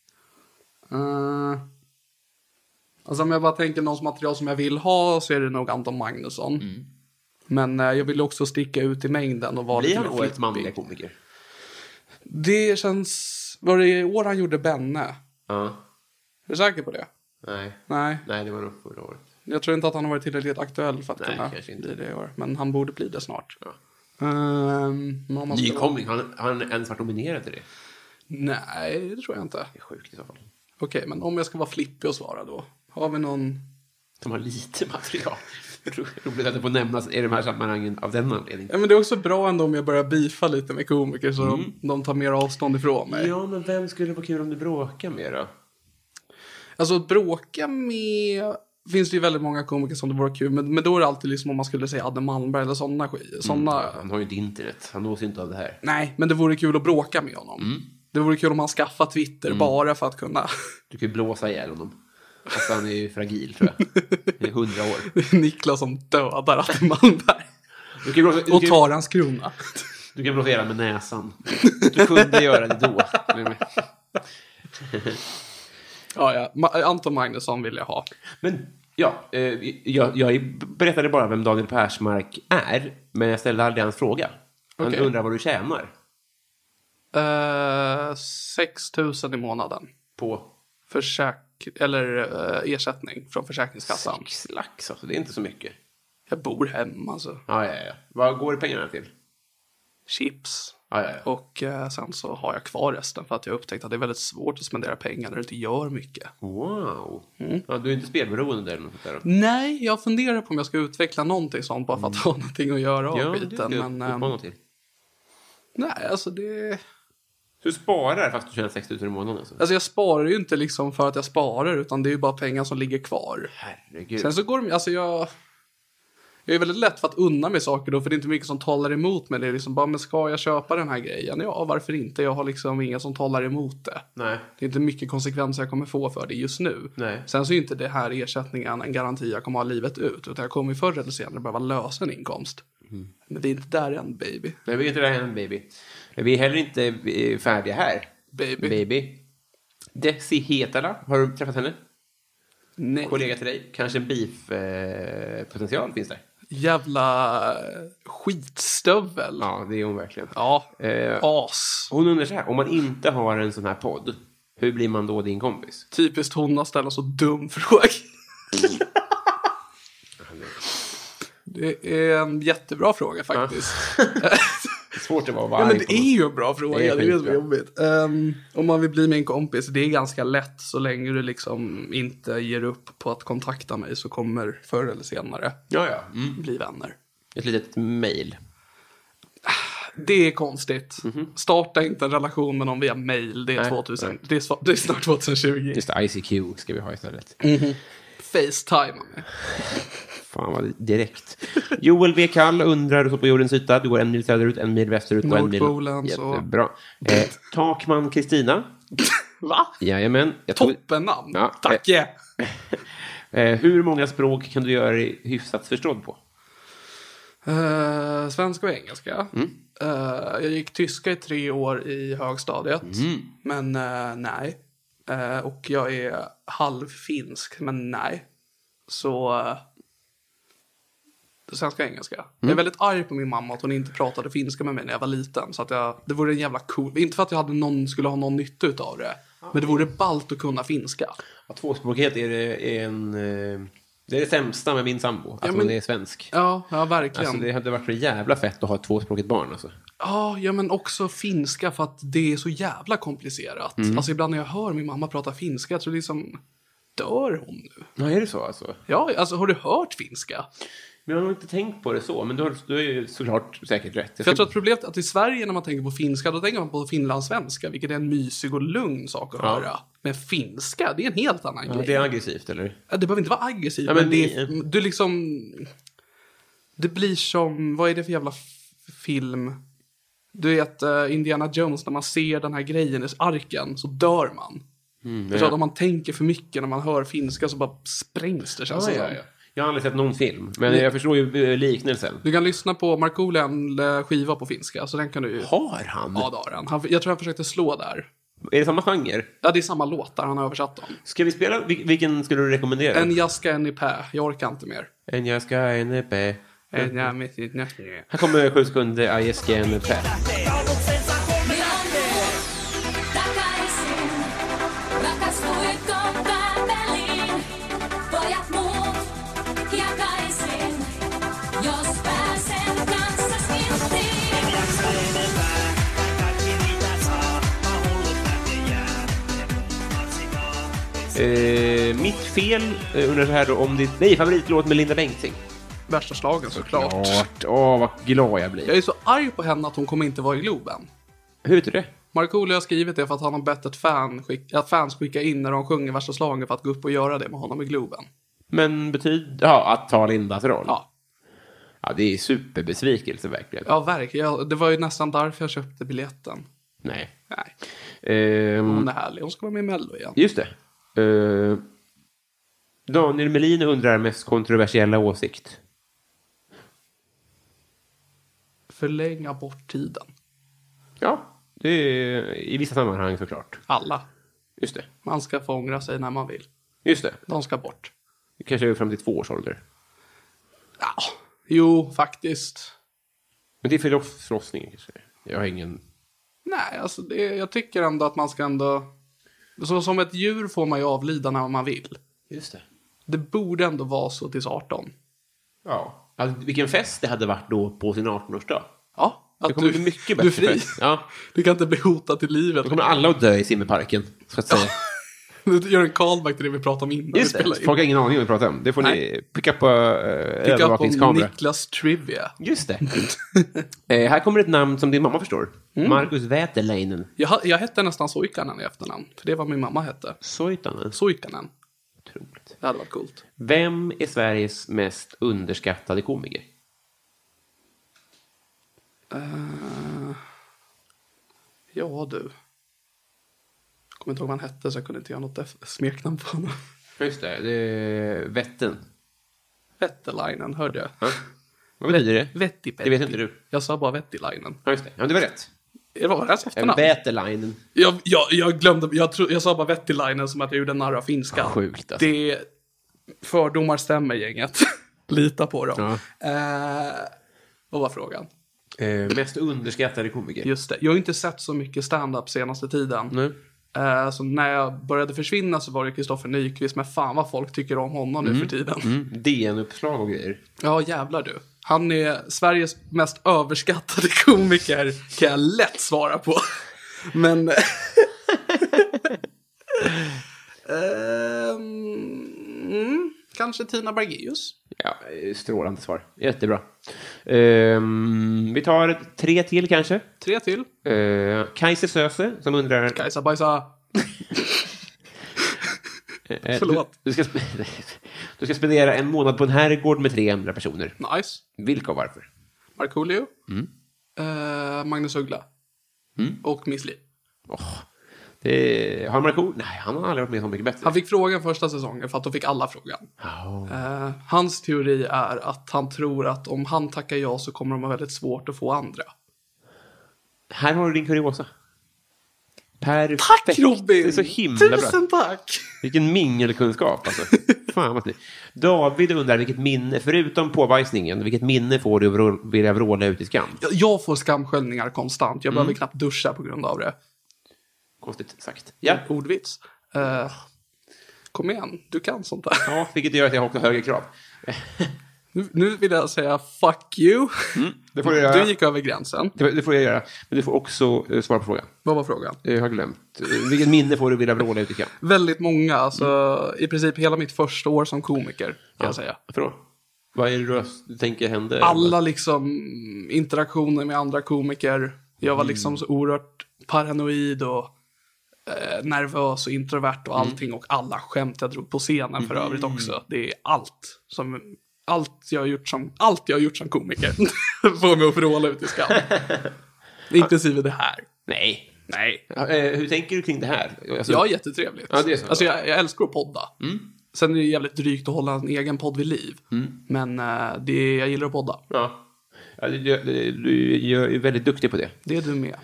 Alltså om jag bara tänker någons material som jag vill ha så är det nog Anton Magnusson. Men jag vill också sticka ut i mängden och vara lite mer flippig. Manliga komiker. Det känns... Var det i år han gjorde Benne? Ja. Är du säker på det? Nej, det var nog förra året. Jag tror inte att han har varit tillräckligt aktuell för att kunna bli det i år. Men han borde bli det snart. Nykomling, har han ens varit nominerad till det? Nej, det tror jag inte. Det är sjukt i så fall. Okej, men om jag ska vara flippig och svara då. Har vi någon... De har lite material. Jag tror roligt att det får nämnas i de här sammanhangen av den anledningen. Ja, men det är också bra ändå om jag börjar beefa lite med komiker så de tar mer avstånd ifrån mig. Ja, men vem skulle vara kul om du bråkar med då? Alltså att bråka med... Finns det ju väldigt många komiker som det vore kul. Men då är det alltid liksom om man skulle säga Adde Malmberg eller sådana skit. Han har ju inte internet. Han nås inte av det här. Nej, men det vore kul att bråka med honom. Det vore kul om han skaffar Twitter bara för att kunna... Du kan ju blåsa ihjäl honom. Alltså han är ju fragil, tror jag. Det är 100 år. Det är Niklas som dödar Adde Malmberg. Och tar hans krona. Du kan blåsa ihjäl med näsan. Du kunde göra det då. Ja. Anton Magnusson vill jag ha. Men jag berättade bara vem Daniel Persmark är. Men jag ställde aldrig hans fråga. Han undrar vad du tjänar. 6 000 i månaden. På? Ersättning från Försäkringskassan. 6 lax, alltså det är inte så mycket. Jag bor hemma alltså. Ja. Vad går pengarna till? Chips. Ja. Och sen så har jag kvar resten för att jag upptäckt att det är väldigt svårt att spendera pengar när du inte gör mycket. Wow. Ja, du är inte spelberoende eller något där? Nej, jag funderar på om jag ska utveckla någonting sånt bara för att ha någonting att göra av skiten. Men Nej, alltså det... Du sparar fast du tjänar 6 000 i månaden alltså? Alltså jag sparar ju inte liksom för att jag sparar, utan det är ju bara pengar som ligger kvar. Herregud. Sen så går de, alltså jag är väldigt lätt för att unna mig saker då, för det är inte mycket som talar emot mig. Det är liksom bara, men ska jag köpa den här grejen? Ja, varför inte? Jag har liksom inga som talar emot det. Nej. Det är inte mycket konsekvenser jag kommer få för det just nu. Nej. Sen så är inte det här ersättningen en garanti jag kommer ha livet ut, utan jag kommer ju förr eller senare behöva lösa en inkomst. Men det är inte där än, baby. Nej, vi är inte där än, baby. Vi är heller inte färdiga här. Baby. Desi Hetala, har du träffat henne? Nej. Kollega till dig. Kanske en beef-potential finns där. Jävla skitstövel. Ja, det är hon verkligen. Ja, as. Hon undrar så här, om man inte har en sån här podd, hur blir man då din kompis? Typiskt hon att ställa så dum fråga. Det är en jättebra fråga faktiskt. Svårt att vara Ja, men det är ju en bra fråga. Det är det som är jobbigt. Om man vill bli min kompis, det är ganska lätt. Så länge du liksom inte ger upp på att kontakta mig, så kommer förr eller senare bli vänner. Ett litet mejl. Det är konstigt. Starta inte en relation med någon via mail. Det är 2000. Det är snart 2020. Just det, ICQ ska vi ha istället. FaceTime med. Fan vad direkt. Joel V. Kall undrar, du står på jordens yta. Du går 1 mil söderut, 1 mil västerut och 1 mil... Nordpolen, så... Jättebra. Takman Kristina. Va? Jajamän. Toppennamn. Ja. Tack. Hur många språk kan du göra dig hyfsat förstådd på? Svenska och engelska. Jag gick tyska i 3 år i högstadiet. Men nej. Och jag är halvfinsk, men nej. Så svenska och engelska. Jag är väldigt arg på min mamma att hon inte pratade finska med mig när jag var liten. Så att det vore en jävla cool... Inte för att jag skulle ha någon nytta av det. Men det vore ballt att kunna finska. Ja, tvåspråkighet är det är det sämsta med min sambo. Att hon är svensk. Ja, verkligen. Alltså det hade varit så jävla fett att ha ett tvåspråkigt barn alltså. Ja, men också finska för att det är så jävla komplicerat. Alltså ibland när jag hör min mamma prata finska, jag tror liksom... Dör hon nu? Ja, är det så alltså? Ja, alltså har du hört finska? Men jag har inte tänkt på det så, men du är ju såklart säkert rätt. För jag tror att problemet är att i Sverige när man tänker på finska, då tänker man på finlandssvenska, vilket är en mysig och lugn sak att höra. Men finska, det är en helt annan grej. Det är aggressivt, eller? Ja, det behöver inte vara aggressivt, ja, men du liksom... Det blir som... Vad är det för jävla film? Du vet, Indiana Jones, när man ser den här grejen i arken så dör man. Jag tror att om man tänker för mycket när man hör finska så bara sprängs det, känns som. Ja. Jag har aldrig sett någon film, men jag förstår ju liknelsen. Du kan lyssna på Markoolien skiva på finska, så den kan du... Har han? Ja, det har han. Jag tror han försökte slå där. Är det samma genre? Ja, det är samma låtar, han har översatt dem. Ska vi spela? Vilken skulle du rekommendera? En jaska, en i pä. Jag orkar inte mer. En jaska, en i pä. Här kommer 7 sekunder, en jaska, en i pä. Mitt fel undrar så här då, om ditt favoritlåt med Linda Bengtzing. Värsta slagen såklart. Vad glad jag blir. Jag är så arg på henne att hon kommer inte vara i Globen. Hur vet du det? Markoolio har skrivit det för att han har bett att fans skicka in när de sjunger värsta slagen för att gå upp och göra det med honom i Globen. Men betyder att ta Lindas roll? Ja. Ja, det är superbesvikelse verkligen. Ja, verkligen. Det var ju nästan därför jag köpte biljetten. Nej. Hon är härlig. Hon ska vara med i Mello igen. Just det. Daniel Melin undrar mest kontroversiella åsikt. Förlänga bort tiden. Ja, det är i vissa sammanhang såklart. Alla. Just det. Man ska få ångra sig när man vill. Just det. De ska bort. Det kanske är fram till 2 års ålder. Ja, jo, faktiskt. Men det är förlossningen kanske. Jag har ingen... Nej, alltså jag tycker ändå att man ska ändå... Så som ett djur får man ju avlida när man vill. Just det. Det borde ändå vara så tills 18. Ja. Alltså, vilken fest det hade varit då på sin 18-årsdag. Ja. Det kommer bli mycket bättre du är fri. fest. Ja. Du kan inte bli hotad till livet. Då kommer alla att dö i simmerparken, så att säga. Du gör en callback till det vi pratade om innan. Just det, folk har ingen aning om vad vi pratar om. Det får ni picka på övervakningskamera. Niklas Trivia. Just det. Här kommer ett namn som din mamma förstår. Markus Väterleinen. Jag hette nästan Soikanen i efternamn. För det var min mamma hette. Soikanen. Otroligt. Det hade varit coolt. Vem är Sveriges mest underskattade komiker? Ja, du. Jag kommer inte ihåg vad han hette så jag kunde inte göra något smeknamn på honom. Just det är Vätten. Vettelainen, hörde jag. Ja. Vad betyder det? Vettipetti. Det vet inte du. Jag sa bara Vettilainen. Ja, just det. Ja, det var rätt. Det var hans efternamn. Väterleinen. Jag glömde, jag sa bara Vettilainen som att jag gjorde narr av finska. Sjukt alltså. Det fördomar stämmer, gänget. Lita på dem. Ja. Vad var frågan? Mest underskattade komiker. Just det. Jag har inte sett så mycket stand-up senaste tiden. Nej. Så när jag började försvinna så var det Kristoffer Nyqvist. Men fan vad folk tycker om honom nu för tiden. DN-uppslag och grejer. Ja, jävlar du. Han är Sveriges mest överskattade komiker. Kan jag lätt svara på. Men... kanske Tina Bergius. Ja, strålande svar. Jättebra. Vi tar 3 till kanske. 3 till. Kajse Söse som undrar... Kajsa Bajsa. Förlåt. Du ska spendera en månad på en herrgård med 3 andra personer. Nice. Vilka och varför? Markoolio. Magnus Uggla. Och Miss Li. Har Markoolio... Nej, han har aldrig varit med så mycket bättre. Han fick frågan första säsongen för att de fick alla frågan. Hans teori är att han tror att om han tackar ja så kommer de ha väldigt svårt att få andra. Här har du din kuriosa. Perfekt. Tack Robin! Det är så himla bra. Tusen tack! Vilken mingelkunskap alltså. Fan vad snyggt. David undrar vilket minne, förutom påbajsningen, vilket minne får du att vilja vråla ut i skam? Jag får skamsköljningar konstant. Jag behöver knappt duscha på grund av det. Konstigt sagt. Ja. Ordvits. Kom igen, du kan sånt där. Ja, vilket gör att jag har också högre krav. Nu vill jag säga fuck you. Det får du göra. Du gick över gränsen. Det får jag göra. Men du får också svara på frågan. Vad var frågan? Jag har glömt. Vilket minne får du vilja vråla ut i skam? Väldigt många. Alltså, i princip hela mitt första år som komiker, kan jag säga. Förlåt. Vad är det du tänker hända? Alla liksom interaktioner med andra komiker. Jag var liksom så oerhört paranoid och nervös och introvert och allting. Och alla skämt jag drog på scenen för övrigt också. Det är allt jag har gjort som komiker får mig att vråla ut i skam. Inklusive det här. Nej. Hur tänker du kring det här? Alltså... Ja, jättetrevligt. Ja, det är så. Alltså, jag älskar att podda. Sen är det jävligt drygt att hålla en egen podd vid liv. Men jag gillar att podda. Ja. Du är väldigt duktig på det. Det är du med.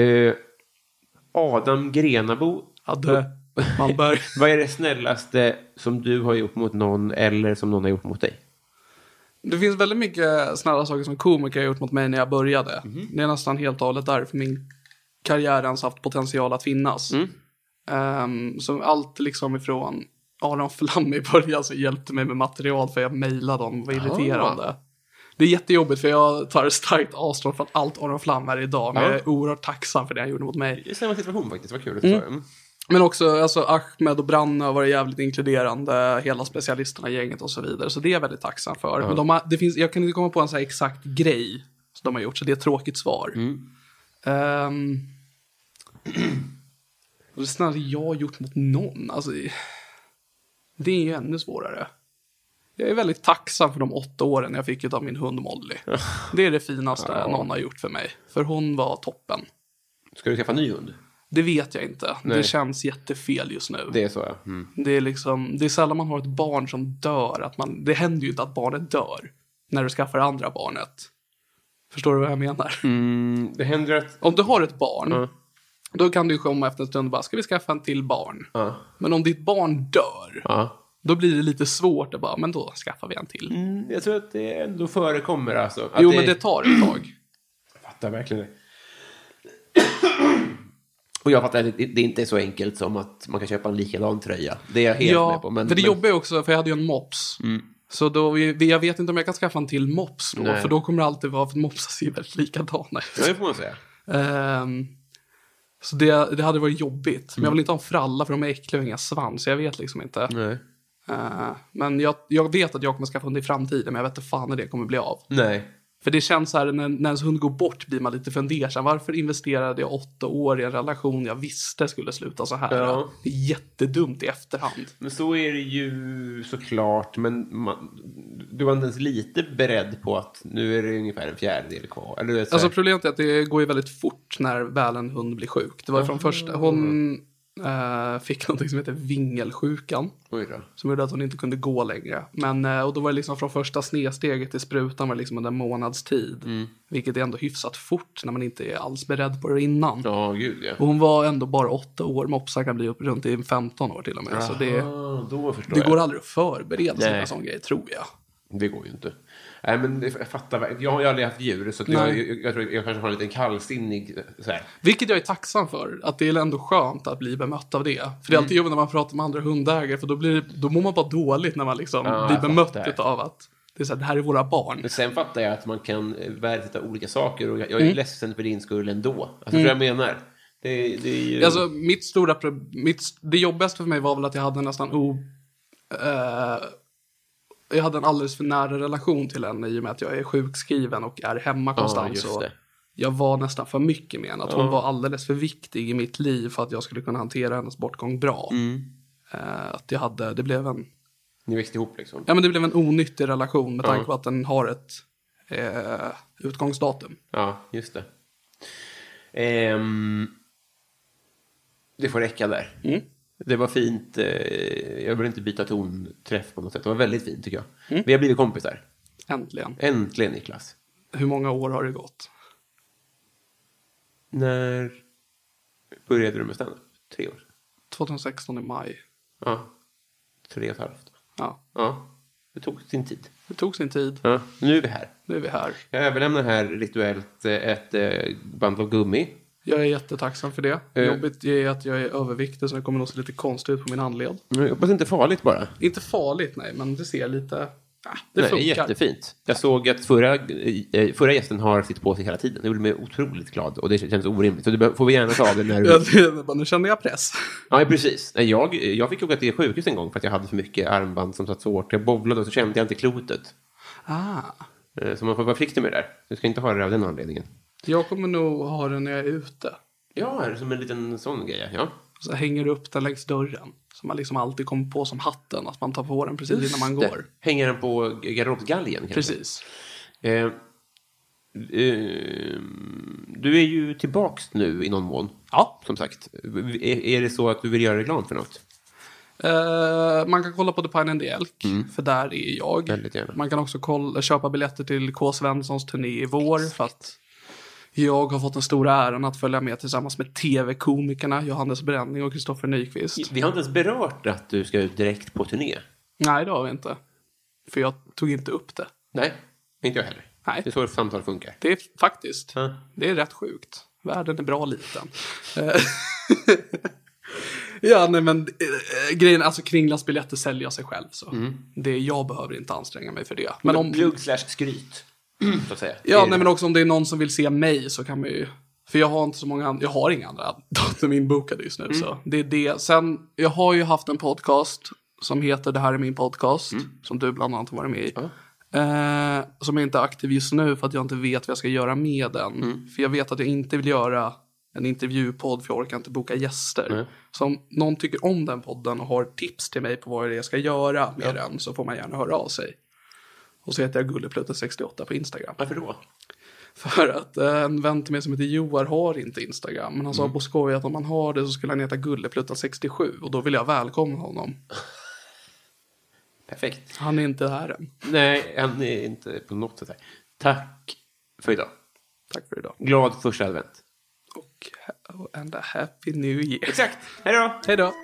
Adam Grenabo. Malmberg. Vad är det snällaste som du har gjort mot någon eller som någon har gjort mot dig? Det finns väldigt mycket snälla saker som komiker har gjort mot mig när jag började. Det är nästan helt och hållet därför min karriär ens haft potential att finnas. Så allt liksom ifrån Aron Flam i början så hjälpte mig med material för jag mejlade dem och var irriterande. Det är jättejobbigt för jag tar starkt avstånd från allt Aron Flam är idag. Men jag är oerhört tacksam för det han gjorde mot mig. Det är samma situation faktiskt, vad kul att säga. Men också alltså, Ahmed och Branne har varit jävligt inkluderande. Hela specialisterna i gänget och så vidare. Så det är jag väldigt tacksam för. Men jag kan inte komma på en så här exakt grej som de har gjort. Så det är ett tråkigt svar. Och det snarare jag har gjort mot någon. Alltså, det är ju ännu svårare. Jag är väldigt tacksam för de 8 åren jag fick av min hund Molly. Det är det finaste någon har gjort för mig. För hon var toppen. Ska du skaffa en ny hund? Det vet jag inte. Nej. Det känns jättefel just nu. Det är så, ja. Det är sällan man har ett barn som dör. Det händer ju inte att barnet dör när du skaffar andra barnet. Förstår du vad jag menar? Det händer att... Om du har ett barn, då kan du komma efter en stund och bara, ska vi skaffa en till barn? Men om ditt barn dör, då blir det lite svårt att bara, men då skaffar vi en till. Jag tror att det ändå förekommer alltså. Men det tar ett tag. Jag fattar verkligen det. Och jag fattar att det inte är så enkelt som att man kan köpa en likadan tröja. Det är jag helt med på. Men det jobbar ju också, för jag hade ju en mops. Så då, jag vet inte om jag kan skaffa en till mops då. Nej. För då kommer det alltid vara, för mopsar ser väldigt likadana ut. Ja, det får man säga. Så det hade varit jobbigt. Men jag vill inte ha en fralla för de är äckliga och inga svans. Så jag vet liksom inte. Nej. Men jag vet att jag kommer skaffa hund i framtiden. Men jag vet inte fan när det kommer bli av. Nej. För det känns så här, när ens hund går bort blir man lite fundersam. Varför investerade jag 8 år i en relation jag visste skulle sluta så här? Ja. Det är jättedumt i efterhand. Men så är det ju såklart. Men du var inte ens lite beredd på att nu är det ungefär en fjärdedel kvar. Eller, det är så här... Alltså problemet är att det går ju väldigt fort när väl en hund blir sjuk. Det var från första, hon fick något som heter vingelsjukan. Oj då. Som gjorde att hon inte kunde gå längre. Men, och då var det liksom från första snedsteget till sprutan var liksom en månads tid. Vilket är ändå hyfsat fort när man inte är alls beredd på det innan. Ja, gud ja. Och hon var ändå bara 8 år. Mopsar kan bli upp runt i 15 år till och med. Aha, så då förstår det jag. går aldrig att förbereda sig för en sån grej, tror jag. Det går ju inte. Nej, men jag fattar. Jag har aldrig haft djur, så att jag tror jag kanske har en liten kallsinnig så här. Vilket jag är tacksam för. Att det är ändå skönt att bli bemött av det. För det är alltid jobbigt när man pratar med andra hundägare. För då mår man bara dåligt när man liksom blir bemött av att det är så här, det här är våra barn. Men sen fattar jag att man kan värdesätta olika saker. Och jag är ledsen för din skull ändå. Alltså, tror jag menar. Det är ju... Alltså, det jobbigaste för mig var väl att jag hade nästan jag hade en alldeles för nära relation till henne i och med att jag är sjukskriven och är hemma konstant. Så jag var nästan för mycket med henne. Att hon var alldeles för viktig i mitt liv för att jag skulle kunna hantera hennes bortgång bra. Att det blev en... Ni växte ihop liksom? Ja, men det blev en onyttig relation med tanke på att den har ett utgångsdatum. Ja, just det. Det får räcka där. Det var fint. Jag vill inte byta tonträff på något sätt. Det var väldigt fint, tycker jag. Vi har blivit kompisar. Äntligen, Niklas. Hur många år har det gått? När började du med stand-up? 3 år? 2016 i maj. Ja, 3,5. Ja, det tog sin tid. Ja, nu är vi här. Jag överlämnar här rituellt ett band av gummi. Jag är jättetacksam för det. Jobbigt är att jag är överviktig så det kommer nog se lite konstigt ut på min handled. Jag hoppas inte farligt bara. Inte farligt, nej, men det ser lite... det funkar. Det är jättefint. Jag såg att förra gästen har sitt på sig hela tiden. Det gjorde mig otroligt glad och det känns orimligt. Så du får vi gärna ta det när du... Nu känner jag press. Ja, precis. Jag fick åka till sjukhus en gång för att jag hade för mycket armband som satt så hårt. Jag bowlade och så kände jag inte klotet. Så man får vara försiktig med det där. Du ska inte ha det av den anledningen. Jag kommer nog ha den när jag är ute. Ja, som en liten sån grej, ja. Så hänger upp den längs dörren. Så man liksom alltid kommer på som hatten. Att man tar på den precis innan man går. Hänger den på garderobsgalgen? Precis. Du är ju tillbaks nu i någon mån. Ja. Som sagt. Är det så att du vill göra reklam för något? Man kan kolla på The Pine and the Elk. För där är jag. Väldigt gärna. Man kan också köpa biljetter till K. Svenssons turné i vår. För att jag har fått den stora äran att följa med tillsammans med tv-komikerna Johannes Bränning och Kristoffer Nyqvist. Vi har inte ens berört att du ska ut direkt på turné. Nej, det har vi inte. För jag tog inte upp det. Nej, inte jag heller. Nej. Det är så samtal funkar. Det är faktiskt. Det är rätt sjukt. Världen är bra liten. Ja, nej, men grejen, alltså kringlassbiljetter säljer sig själv så. Jag behöver inte anstränga mig för det. Men om plugg/skryt så att säga. Ja, nej, men också om det är någon som vill se mig så kan man ju, för jag har inte så många jag har inga andra datum inbokade just nu så. Det är det. Sen jag har ju haft en podcast som heter Det här är min podcast som du bland annat har varit med i. Som är inte aktiv just nu för att jag inte vet vad jag ska göra med den. För jag vet att jag inte vill göra en intervjupodd för jag orkar inte boka gäster. Så om någon tycker om den podden och har tips till mig på vad det är jag ska göra med den så får man gärna höra av sig. Och så heter jag Gulleplutten68 på Instagram. Varför då? För att en vän till mig som heter Joar har inte Instagram. Men han sa på skoj att om man har det så skulle han heta Gulleplutten67. Och då vill jag välkomna honom. Perfekt. Han är inte här än. Nej, han är inte på något sätt här. Tack för idag. Tack för idag. Glad första advent. And a happy new year. Exakt. Hej då. Hej då.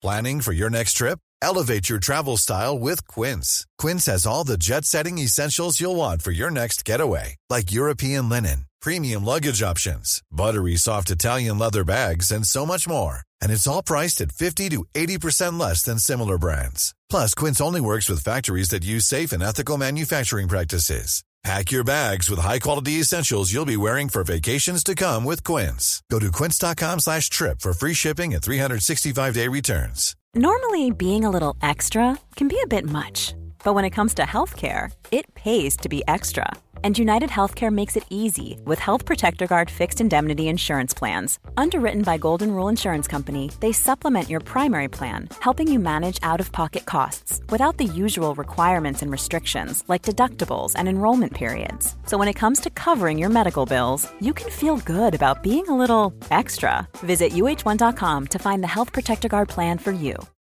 Planning for your next trip? Elevate your travel style with Quince. Quince has all the jet-setting essentials you'll want for your next getaway, like European linen, premium luggage options, buttery soft Italian leather bags, and so much more. And it's all priced at 50 to 80% less than similar brands. Plus, Quince only works with factories that use safe and ethical manufacturing practices. Pack your bags with high-quality essentials you'll be wearing for vacations to come with Quince. Go to quince.com/trip for free shipping and 365-day returns. Normally, being a little extra can be a bit much. But when it comes to healthcare, it pays to be extra. And United Healthcare makes it easy with Health Protector Guard fixed indemnity insurance plans. Underwritten by Golden Rule Insurance Company, they supplement your primary plan, helping you manage out-of-pocket costs without the usual requirements and restrictions like deductibles and enrollment periods. So when it comes to covering your medical bills, you can feel good about being a little extra. Visit UH1.com to find the Health Protector Guard plan for you.